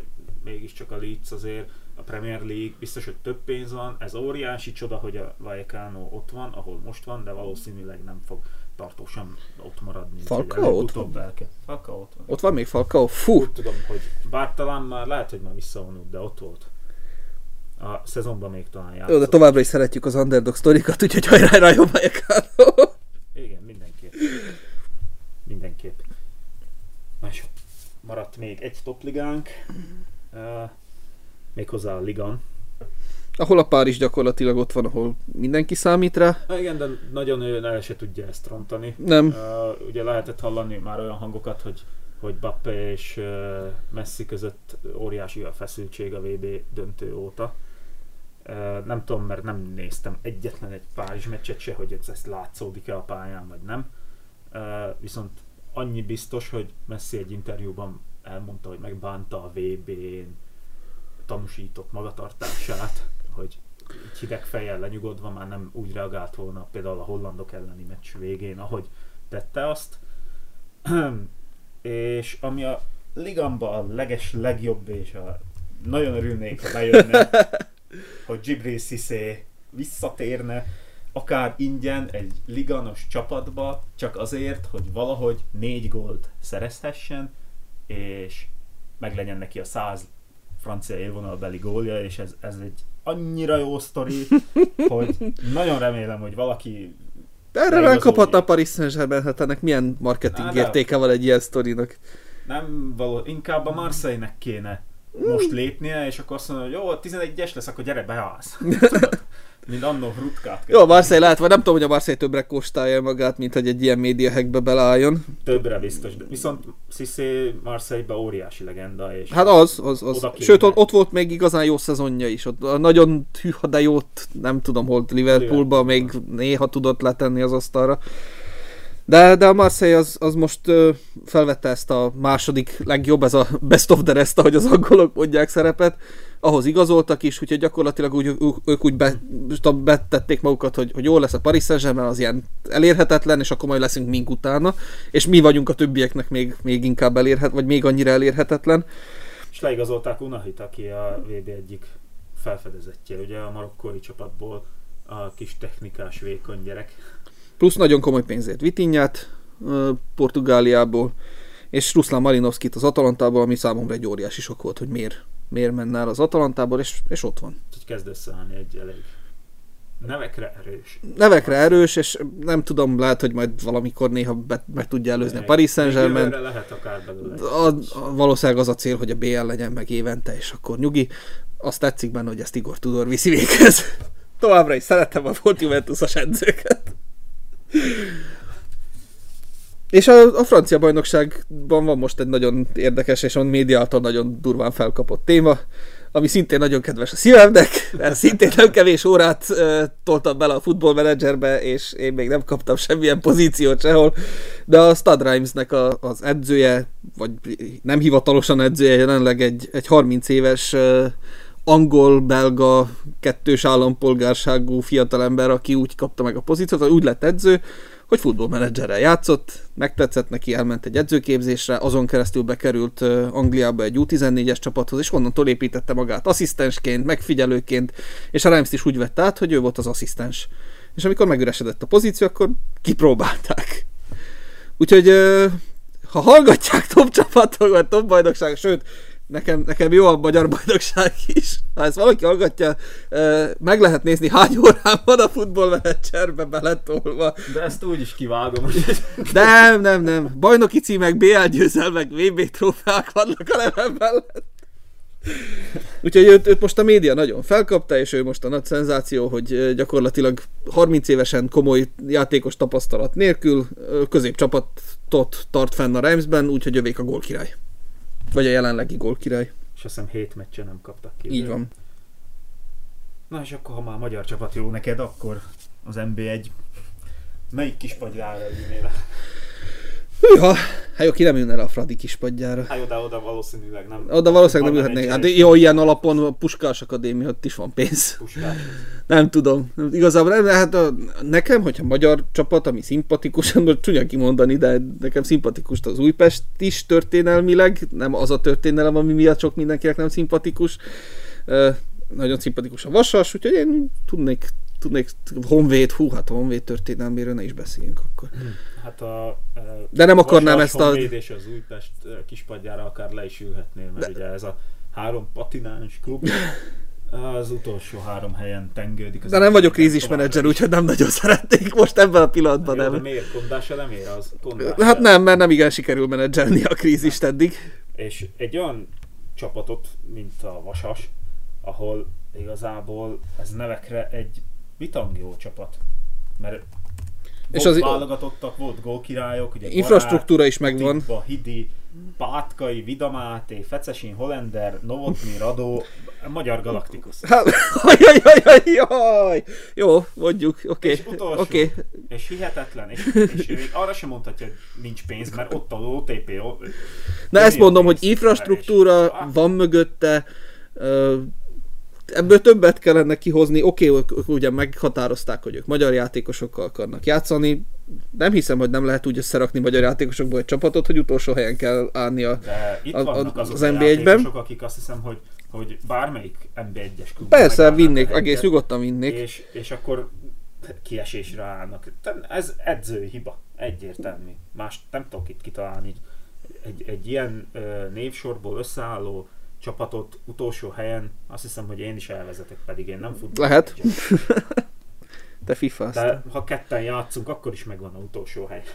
mégiscsak a Leeds azért, a Premier League, biztos, hogy több pénz van, ez óriási csoda, hogy a Vallecano ott van, ahol most van, de valószínűleg nem fog tartósan ott maradni. Falcao ott van? Falcao ott van. Ott van még Falcao? Fú! Úgy tudom, hogy bár talán már lehet, hogy már visszavonult, de ott volt. A szezonban még talán játszott. Jó, de továbbra is szeretjük az underdog sztorikat, úgyhogy hajrá jobb Vallecano! Igen, mindenképp. Mindenképp. És maradt még egy topligánk, méghozzá a Ligan. Ahol a Párizs gyakorlatilag ott van, ahol mindenki számít rá. Igen, de nagyon el se tudja ezt rontani. Nem. Ugye lehetett hallani már olyan hangokat, hogy Mbappé és Messi között óriási a feszültség a VB döntő óta. Nem tudom, mert nem néztem egyetlen egy Párizs meccset se, hogy ez látszódik-e a pályán, vagy nem. Viszont annyi biztos, hogy Messi egy interjúban elmondta, hogy megbánta a VB-n tanúsított magatartását, hogy hideg fejjel lenyugodva már nem úgy reagált volna például a hollandok elleni meccs végén, ahogy tette azt. És ami a Liganban a legjobb, és nagyon örülnék, ha bejönne, hogy Djibril Cissé visszatérne, akár ingyen egy liganos csapatba, csak azért, hogy valahogy 4 gólt szerezhessen, és meglegyen neki a 100 francia élvonalbeli gólja, és ez egy annyira jó sztori, hogy nagyon remélem, hogy valaki... Erre rákaphatna a Paris Saint-Germain, hát ennek milyen marketing értéke van egy ilyen sztorinak. Nem való, inkább a Marseille-nek kéne most lépnie, és akkor azt mondja, hogy jó, 11-es lesz, akkor gyere, beállsz. Mint annó Rutkát. Jó, a Marseille lehet, vagy nem tudom, hogy a Marseille többre kóstálja magát, mint hogy egy ilyen média hackbe beleálljon. Többre biztos, de viszont Cissé Marseille-ben óriási legenda. És hát az. Sőt, ott volt még igazán jó szezonja is. Ott nagyon hűha, de jót, nem tudom, hol Liverpoolban még néha tudott letenni az asztalra. De a Marseille az most felvette ezt a második legjobb, ez a best of the rest, ahogy az angolok mondják szerepet. Ahhoz igazoltak is, úgyhogy gyakorlatilag ők úgy betették magukat, hogy jól lesz a Paris Saint-Germain, az ilyen elérhetetlen, és akkor majd leszünk mink utána, és mi vagyunk a többieknek még inkább vagy még annyira elérhetetlen. És leigazolták Unahit, aki a VB egyik felfedezettje, ugye a marokkói csapatból a kis technikás vékony gyerek. Plusz nagyon komoly pénzért Vitinhát Portugáliából, és Ruslan Malinovskit az Atalantából, ami számomra egy óriási sok volt, hogy miért menne el az Atalantából, és ott van. Úgyhogy kezd összeállni egy elég nevekre erős, és nem tudom, lehet, hogy majd valamikor néha meg tudja előzni a Paris Saint-Germain. Lehet akár belőle. Valószínűleg az a cél, hogy a BL legyen meg évente, és akkor nyugi. Azt tetszik benne, hogy ezt Igor Tudor viszi véghez. Továbbra is szeretem a Volt Juventus-os edzőket. És a francia bajnokságban van most egy nagyon érdekes és a média által nagyon durván felkapott téma, ami szintén nagyon kedves a szívemnek, mert szintén nem kevés órát toltam bele a Football Managerbe, és én még nem kaptam semmilyen pozíciót sehol, de a Stade Reims-nek az edzője, vagy nem hivatalosan edzője, jelenleg egy 30 éves angol-belga kettős állampolgárságú fiatalember, aki úgy kapta meg a pozíciót, vagy úgy lett edző, hogy futballmenedzserrel játszott, megtetszett neki, elment egy edzőképzésre, azon keresztül bekerült Angliába egy U14-es csapathoz, és onnantól építette magát asszisztensként, megfigyelőként, és a Reims is úgy vette át, hogy ő volt az asszisztens. És amikor megüresedett a pozíció, akkor kipróbálták. Úgyhogy ha hallgatják top csapatok, vagy top bajnokság, sőt, nekem jó a magyar bajnokság is. Ha ezt valaki hallgatja, meg lehet nézni, hány órán van a futballmenedzserbe beletolva. De ezt úgy is kivágom. Nem. Bajnoki címek, BL győzelmek, VB trófeák vannak a nevem mellett. Úgyhogy őt most a média nagyon felkapta, és ő most a nagy szenzáció, hogy gyakorlatilag 30 évesen komoly játékos tapasztalat nélkül középcsapatot tart fenn a Reimsben, úgyhogy övék a gólkirály. Vagy a jelenlegi gólkirály. És azt hiszem 7 meccsen nem kaptak ki. Így van. Na és akkor, ha már magyar csapat jó neked, akkor az NB1 melyik kispadjára ülnél? Hűha! Hát jó, ki nem ülne le a Fradi kispadjára. Hát oda valószínűleg nem. Oda valószínűleg nem ülhetnék. Hát jó, ilyen alapon a Puskás Akadémia, ott is van pénz. Puskás. Nem tudom. Igazából nem, hát nekem, hogyha magyar csapat, ami szimpatikus, most csúnya kimondani, de nekem szimpatikus az Újpest is történelmileg, nem az a történelem, ami miatt sok mindenkinek nem szimpatikus. Nagyon szimpatikus a Vasas, úgyhogy én tudnék Honvéd, hát a Honvéd történelméről ne is beszéljünk akkor. Hát de nem akarnám Vasas, ezt a... Honvéd és az Újpest kispadjára akár le is ülhetnél, mert ugye ez a 3 patináns klub az utolsó 3 helyen tengődik. De nem vagyok krízismenedzser, úgyhogy nem nagyon szeretnék most ebben a pillanatban. Nem. De miért? Kondás se nem ér az? Hát nem, mert nem igen sikerül menedzselni a krízist eddig. És egy olyan csapatot, mint a Vasas, ahol igazából ez nevekre egy bitang jó csapat. Mert volt válogatottak, volt gólkirályok, ugye infrastruktúra Barát, is megvan. Tikba, Hidi, Pátkai, Vidamáté, Fecesin, Hollander, Novotny, Radó, Magyar Galaktikus. Jaj! Jó, mondjuk, oké. És utolsó, és hihetetlen, és még arra sem mondhatja, hogy nincs pénz, mert ott a OTP. Na ezt mondom, hogy infrastruktúra van mögötte, ebből többet kellene kihozni. Oké, ugye meghatározták, hogy ők magyar játékosokkal akarnak játszani. Nem hiszem, hogy nem lehet úgy összerakni magyar játékosokból egy csapatot, hogy utolsó helyen kell állni az NB1-ben. Akik azt hiszem, hogy bármelyik NB1-es klub. Persze, vinnék, egész nyugodtan vinnék. És akkor kiesésre állnak. Ez edzői hiba. Egyértelmű. Más nem tudok itt kitalálni. Egy ilyen névsorból összeálló csapatot utolsó helyen, azt hiszem, hogy én is elvezetek, pedig én nem futball. Lehet. Te FIFA-zt. De ha ketten játszunk, akkor is megvan a utolsó hely.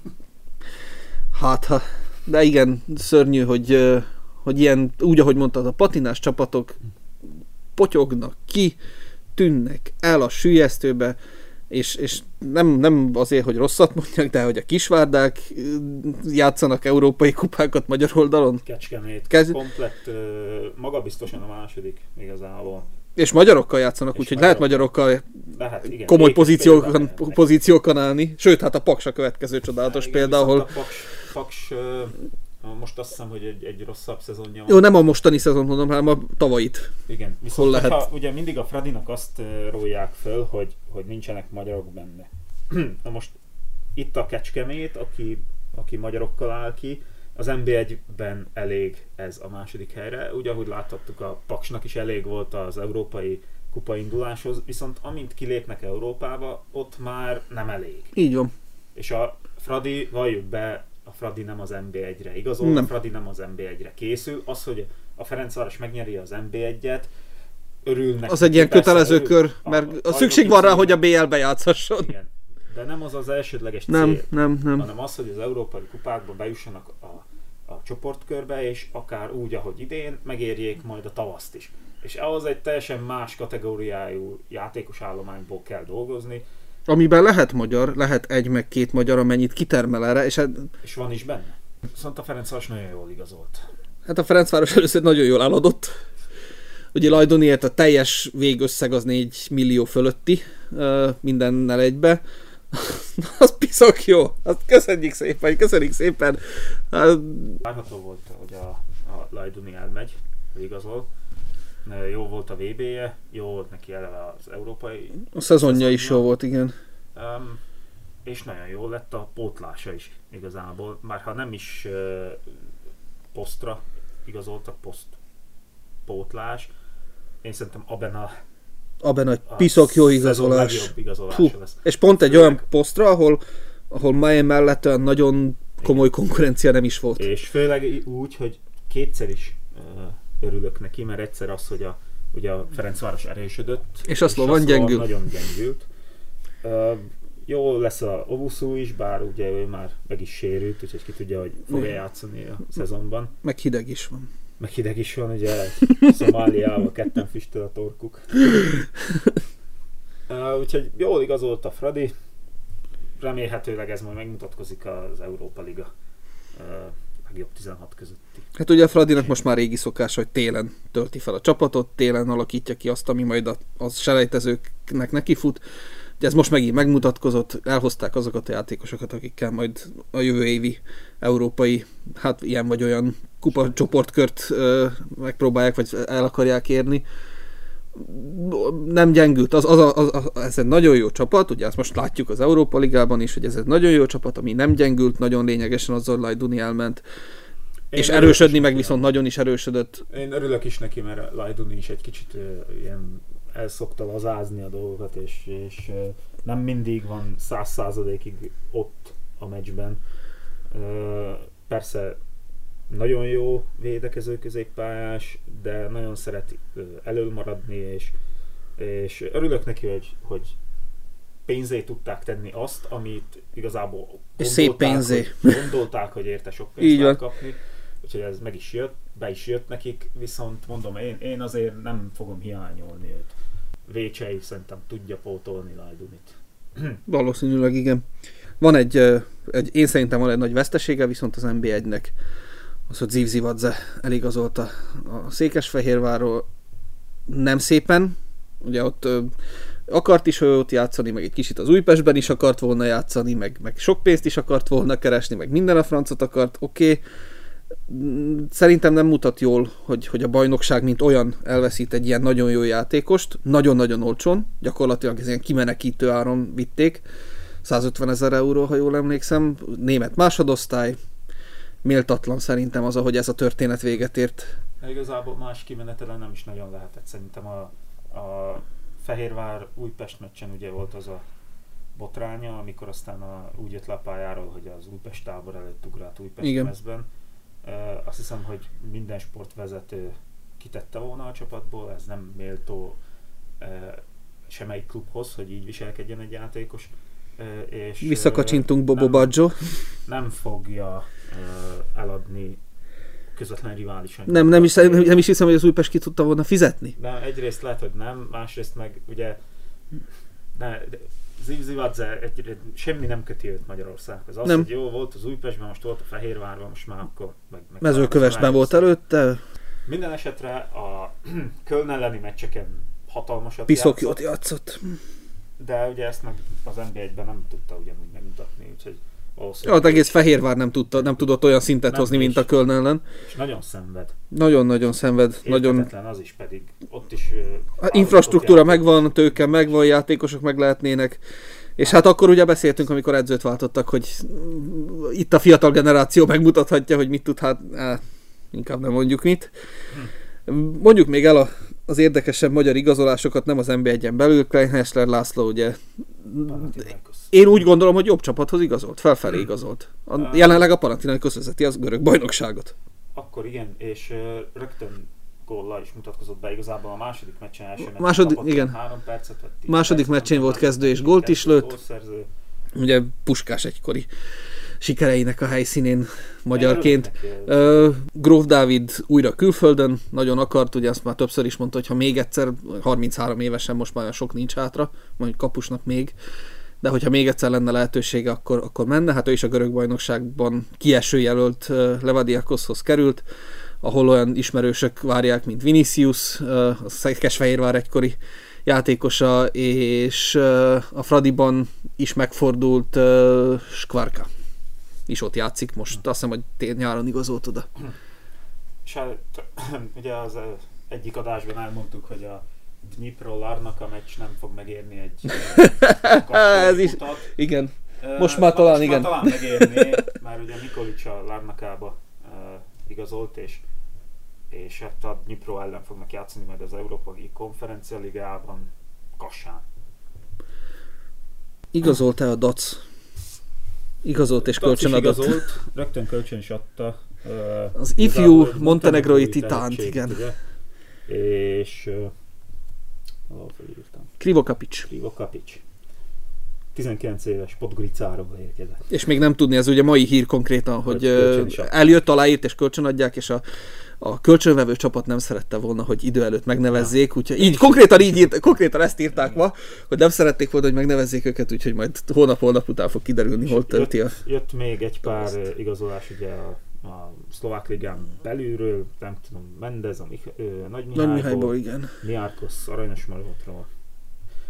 De igen, szörnyű, hogy ilyen, úgy ahogy mondtad, a patinás csapatok potyognak ki, tűnnek el a süllyesztőbe, és nem azért, hogy rosszat mondjak, de hogy a kisvárdák játszanak európai kupákat magyar oldalon. Kecskemét, komplett, magabiztosan a második igazából. És magyarokkal játszanak, úgyhogy lehet magyarokkal komoly pozíciókon állni. Sőt, hát a Paks a következő csodálatos példa, ahol... A Paks most azt hiszem, hogy egy rosszabb szezonja van. Jó, nem a mostani szezon mondom, hanem a tavait. Igen, viszont lehet? Ugye mindig a Fradinak azt rólják föl, hogy nincsenek magyarok benne. Na most itt a Kecskemét, aki magyarokkal áll ki, az NB1-ben elég ez a második helyre. Ugye, ahogy láthattuk, a Paksnak is elég volt az európai kupainduláshoz, viszont amint kilépnek Európába, ott már nem elég. Így van. És a Fradi, valljuk be, a Fradi nem az NB1-re igazol, nem. A Fradi nem az NB1-re készül. Az, hogy a Ferencváros megnyeri az NB1-et, örülnek. Az egy ilyen kötelező kör, mert szükség van rá, hogy a BL-be játszhasson. Igen. De nem az az elsődleges cél, nem. hanem az, hogy az európai kupákba bejussanak a csoportkörbe, és akár úgy, ahogy idén, megérjék majd a tavaszt is. És ahhoz egy teljesen más kategóriájú játékos állományból kell dolgozni. Amiben lehet magyar, lehet 1 meg 2 magyar, amennyit kitermel erre, és van is benne. Viszont a Ferencváros nagyon jól igazolt. Hát a Ferencváros először nagyon jól eladott. Ugye Lajdoniért a teljes végösszeg az 4 millió fölötti, mindennel egybe. Az piszok jó. Azt köszönjük szépen. Várható volt, hogy a Lajdoni elmegy, hogy igazol. Jó volt a VB-je, jó volt neki eleve az európai a szezonja is jó volt, igen. És nagyon jó lett a pótlása is igazából. Már ha nem is posztra igazoltak, pótlás. Én szerintem Abban egy piszok jó igazolás. Lesz. És pont egy olyan posztra, ahol Mayen mellett olyan nagyon komoly konkurencia nem is volt. És főleg úgy, hogy kétszer is örülök neki, mert egyszer az, hogy ugye a Ferencváros erősödött. És a Szlovan gyengült. Nagyon gyengült. Jó lesz a Ovuszú is, bár ugye ő már meg is sérült, úgyhogy ki tudja, hogy fog-e játszani a szezonban. Meg hideg is van. Ugye Szomáliával ketten füstöl a torkuk. Úgyhogy jól igazolt a Fradi. Remélhetőleg ez majd megmutatkozik az Európa Liga legjobb 16 közötti. Hát ugye a Fradinak most már régi szokás, hogy télen tölti fel a csapatot, télen alakítja ki azt, ami majd az selejtezőknek nekifut. Ugye ez most megint megmutatkozott, elhozták azokat a játékosokat, akikkel majd a jövő évi európai, hát ilyen vagy olyan kupacsoportkört megpróbálják, vagy el akarják érni. Nem gyengült, ez egy nagyon jó csapat, ugye ezt most látjuk az Európa Ligában is, hogy ez egy nagyon jó csapat, ami nem gyengült, nagyon lényegesen az Zorlai Duni elment, és erősödni meg viszont nagyon is erősödött. Én örülök is neki, mert Lajduni is egy kicsit ilyen elszokta lazázni a dolgokat, és nem mindig van 100%-ig ott a meccsben. Persze nagyon jó védekező középpályás, de nagyon szeret elől maradni, és örülök neki, hogy pénzé tudták tenni azt, amit igazából gondolták, hogy érte sok pénzt lehet kapni. Úgyhogy ez meg is jött, be is jött nekik, viszont mondom, én azért nem fogom hiányolni őt. Vécsei szerintem tudja pótolni Lajdunit. Valószínűleg igen. Van én szerintem van egy nagy vesztesége, viszont az NB1-nek az, hogy Zivzivadze eligazolta a Székesfehérvárról nem szépen. Ugye ott akart is ott játszani, meg egy kicsit az Újpestben is akart volna játszani, meg sok pénzt is akart volna keresni, meg minden a francot akart, oké. Szerintem nem mutat jól, hogy a bajnokság mint olyan elveszít egy ilyen nagyon jó játékost, nagyon-nagyon olcsón, gyakorlatilag ez ilyen kimenekítő áron vitték, 150 000 euró, ha jól emlékszem, német másodosztály, méltatlan szerintem az, ahogy ez a történet véget ért. Igazából más kimenetelen nem is nagyon lehetett, szerintem a Fehérvár Újpest meccsen ugye volt az a botránya, amikor aztán úgy jött le a pályáról, hogy az Újpest tábor előtt ugrált Újpest mezben. Azt hiszem, hogy minden sportvezető kitette volna a csapatból, ez nem méltó semmelyik klubhoz, hogy így viselkedjen egy játékos. És visszakacsintunk Bobo Baggio. Nem fogja eladni közvetlen riválisan. Nem is hiszem, hogy az Újpest ki tudta volna fizetni. De egyrészt lehet, hogy nem, másrészt meg ugye Zivzivadze semmi nem köti őt Magyarországhoz. Az, hogy jó volt az Újpestben, most volt a Fehérvárban, most már akkor meg Mezőkövesben volt előtte. Minden esetre a Köln elleni meccseken hatalmasat Piszok jót játszott. De ugye ezt meg az NB1-ben nem tudta ugyanúgy megmutatni, úgyhogy az egész Fehérvár nem tudott olyan szintet hozni, mint a Köln ellen. És nagyon szenved. Nagyon-nagyon szenved. Érthetetlen az is, pedig ott is... infrastruktúra megvan, tőke megvan, játékosok meg lehetnének. És hát akkor ugye beszéltünk, amikor edzőt váltottak, hogy itt a fiatal generáció megmutathatja, hogy mit tud, hát inkább nem mondjuk mit. Mondjuk még el az érdekesebb magyar igazolásokat, nem az NB1-en belül, Kleinhessler László ugye... Én úgy gondolom, hogy jobb csapathoz igazolt, felfelé igazolt. Jelenleg a Panathinaikos vezeti az görög bajnokságot. Akkor igen, és rögtön góllal is mutatkozott be igazából a második meccsen, első meccsen 3 percet. Második meccsén volt kezdő és gólt is lőtt. Ugye Puskás egykori sikereinek a helyszínén magyarként. Gróf Dávid újra külföldön, nagyon akart, ugye azt már többször is mondta, hogy ha még egyszer, 33 évesen most már sok nincs hátra, mondjuk kapusnak még, de hogyha még egyszer lenne lehetősége, akkor menne. Hát ő is a görög bajnokságban kieső jelölt Levadiakoshoz került, ahol olyan ismerősök várják, mint Vinicius, a Székesfehérvár egykori játékosa, és a Fradiban is megfordult Skvarka. is ott játszik most, azt hiszem, hogy nyáron igazolt oda. És ugye az egyik adásban elmondtuk, hogy a Dnipro Larnaka meccs nem fog megérni egy ez is, igen. Most már talán igen. Talán megérni, már ugye Nikolic a Larnakába igazolt, és hát a Dnipro ellen fognak játszani majd az Európai Konferencia Ligában Kassán. Igazolt-e a Dac? Igazolt és kölcsön adott. Igazolt, rögtön kölcsön is adta. Az ifjú montenegrói titánt, igen. Ugye? És Krivokapics. 19 éves Podgoricáról érkezett. És még nem tudni, ez ugye mai hír konkrétan, hogy eljött, aláírt és kölcsönadják, és a kölcsönvevő csapat nem szerette volna, hogy idő előtt megnevezzék, úgyhogy így konkrétan ezt írták ma, hogy nem szerették volna, hogy megnevezzék őket, úgyhogy majd hónap után fog kiderülni, hol tölti a... Jött még egy pár igazolás ugye a szlovák ligán belülről, nem tudom, Mendez, Nagy Mihályból, igen. Miárkos Aranyosmarotról.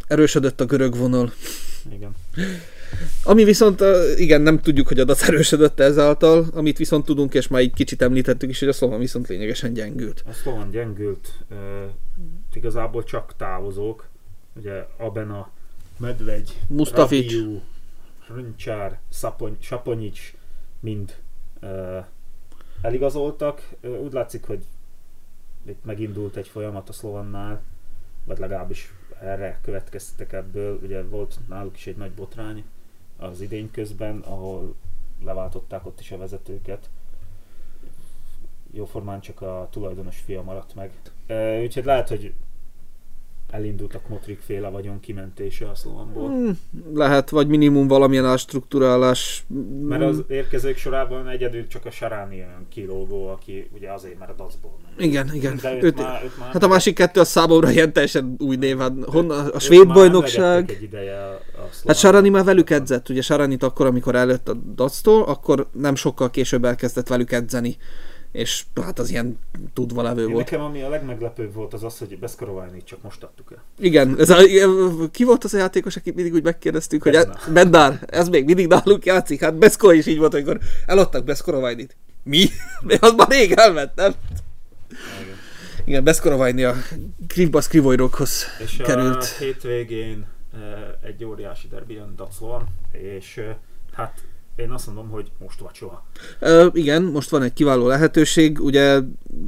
Erősödött a görög vonal. Igen. Ami viszont, igen, nem tudjuk, hogy a Dac erősödött ezáltal, amit viszont tudunk, és már egy kicsit említettük is, hogy a Slovan viszont lényegesen gyengült. A Slovan gyengült, igazából csak távozók, ugye Abena, Medvegy, Mustafic, Rabiu, Hrncsár, Saponyics mind eligazoltak. Úgy látszik, hogy itt megindult egy folyamat a Slovannál, vagy legalábbis erre következtetek ebből. Ugye volt náluk is egy nagy botrány az idény közben, ahol leváltották ott is a vezetőket. Jóformán csak a tulajdonos fia maradt meg. Úgyhogy lehet, hogy elindult a Kmotrik féle vagyon kimentése a Slovanból. Lehet, vagy minimum valamilyen ástruktúrálás. Mert az érkezők sorában egyedül csak a Saráni olyan kilógó, aki ugye azért, mert a Dacból ment. Igen. De őt már hát a másik kettő a számomra ilyen teljesen új név. Honnan? A svéd bajnokság. Egy ideje a Hát Sarani már velük edzett. Ugye Saranit akkor, amikor előtt a Dactól, akkor nem sokkal később elkezdett velük edzeni. És hát az ilyen tudva levő volt. Nekem ami a legmeglepőbb volt az az, hogy Beszkorovánit csak most adtuk el. Igen, ki volt az a játékos, akit mindig úgy megkérdeztük, hogy Bednár, ez még mindig nálunk játszik, hát Beszkó is így volt, amikor eladtak Beszkorovánit. Mi? Az már rég elment, nem? Igen, Beszkoroványi a Krivbasz Krivojrokhoz került. És a hétvégén egy óriási derbi jön Daclon, és hát én azt mondom, hogy most vagy soha. Igen, most van egy kiváló lehetőség, ugye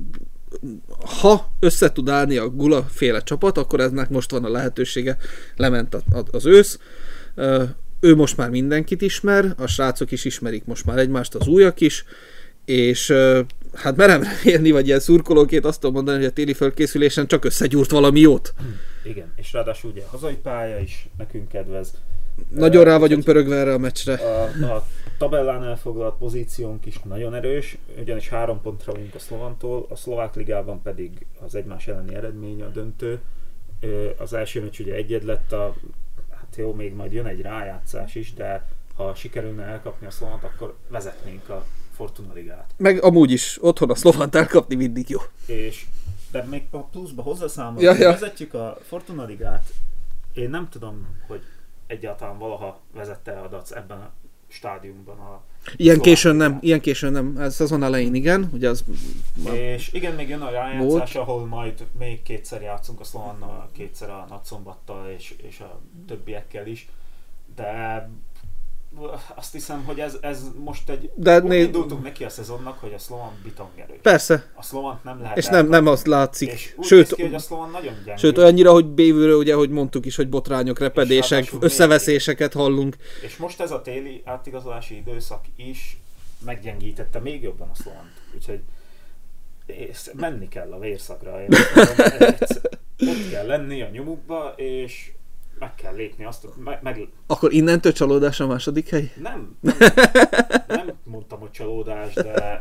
ha össze tud állni a Gula féle csapat, akkor eznek most van a lehetősége, lement az ősz. Ő most már mindenkit ismer, a srácok is ismerik most már egymást, az újak is, és hát merem remélni, vagy ilyen szurkolóként azt tudom mondani, hogy a téli fölkészülésen csak összegyúrt valami jót. Igen, és ráadásul ugye hazai pálya is nekünk kedvez. Nagyon rá vagyunk pörögve erre a meccsre. A tabellán elfoglalt pozíciónk is nagyon erős, ugyanis 3 pontra vagyunk a Slovantól, a szlovák ligában pedig az egymás elleni eredmény a döntő. Az első meccs ugye 1-1 lett, hát jó, még majd jön egy rájátszás is, de ha sikerülne elkapni a Slovant, akkor vezetnénk a Fortuna ligát. Meg amúgy is otthon a Slovant elkapni mindig jó. De még a pluszba hozzászámolni, hogy vezetjük a Fortuna ligát, én nem tudom, hogy egyáltalán valaha vezette a Dac ebben a stádiumban. Ilyen későn nem. Ez szezon elején igen, ugye az... És igen, még jön a rájátszás, ahol majd még kétszer játszunk a Slovannal, kétszer a Nagyszombattal és a többiekkel is, de azt hiszem, hogy ez most egy... Úgy indultunk neki a szezonnak, hogy a Slovan bitongerős. Persze. A Slovant nem lehet és nem azt látszik. És úgy sőt, ki, hogy a Slovan nagyon gyengül. Sőt, olyannyira, hogy bévülő, ugye, ahogy mondtuk is, hogy botrányok, repedések, összeveszéseket hallunk. És most ez a téli átigazolási időszak is meggyengítette még jobban a Slovant. Úgyhogy menni kell a vérszagra. Ott kell lenni a nyomukba, és meg kell lépni azt, Akkor innentől csalódás a második hely? Nem mondtam, hogy csalódás,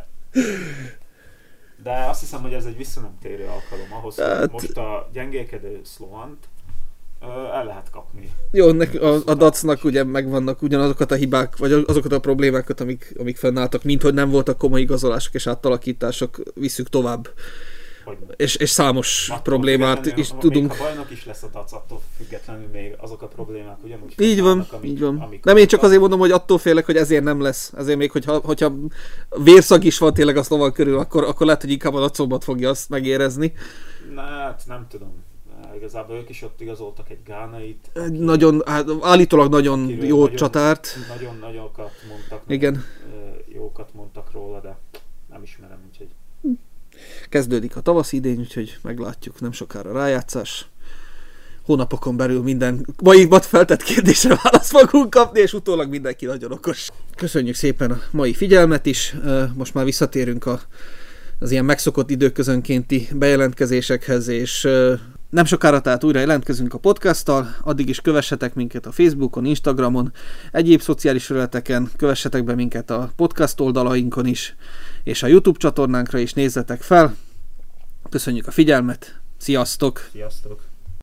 de azt hiszem, hogy ez egy visszanemtérő alkalom ahhoz, hogy most a gyengélkedő Slovant el lehet kapni. Jó, a Dacnak ugye megvannak ugyanazokat a hibák, vagy azokat a problémákat, amik fennálltak, mint hogy nem voltak komoly igazolások és átalakítások, visszük tovább. És számos problémát is tudunk. Még ha bajnok is lesz a Dac, attól függetlenül még azok a problémák ugyanúgy így van. Nem, én csak azért mondom, hogy attól félek, hogy ezért nem lesz. Ezért még, hogyha vérszag is van tényleg a Slovan körül, akkor lehet, hogy inkább a Dacombat fogja azt megérezni. Hát nem tudom. Igazából ők is ott igazoltak egy Gánait. Állítólag nagyon jó csatárt. Nagyon nagyokat mondtak. Igen. Jókat mondtak róla, de nem ismerem, úgyhogy... Kezdődik a tavaszi idény, úgyhogy meglátjuk, nem sokára rájátszás. Hónapokon belül minden maimat feltett kérdésre választ fogunk kapni, és utólag mindenki nagyon okos. Köszönjük szépen a mai figyelmet is. Most már visszatérünk az ilyen megszokott időközönkénti bejelentkezésekhez, és nem sokára tehát újra jelentkezünk a podcasttal, addig is kövessetek minket a Facebookon, Instagramon, egyéb szociális felületeken, kövessetek be minket a podcast oldalainkon is, és a YouTube csatornánkra is nézzetek fel. Köszönjük a figyelmet, sziasztok! Sziasztok!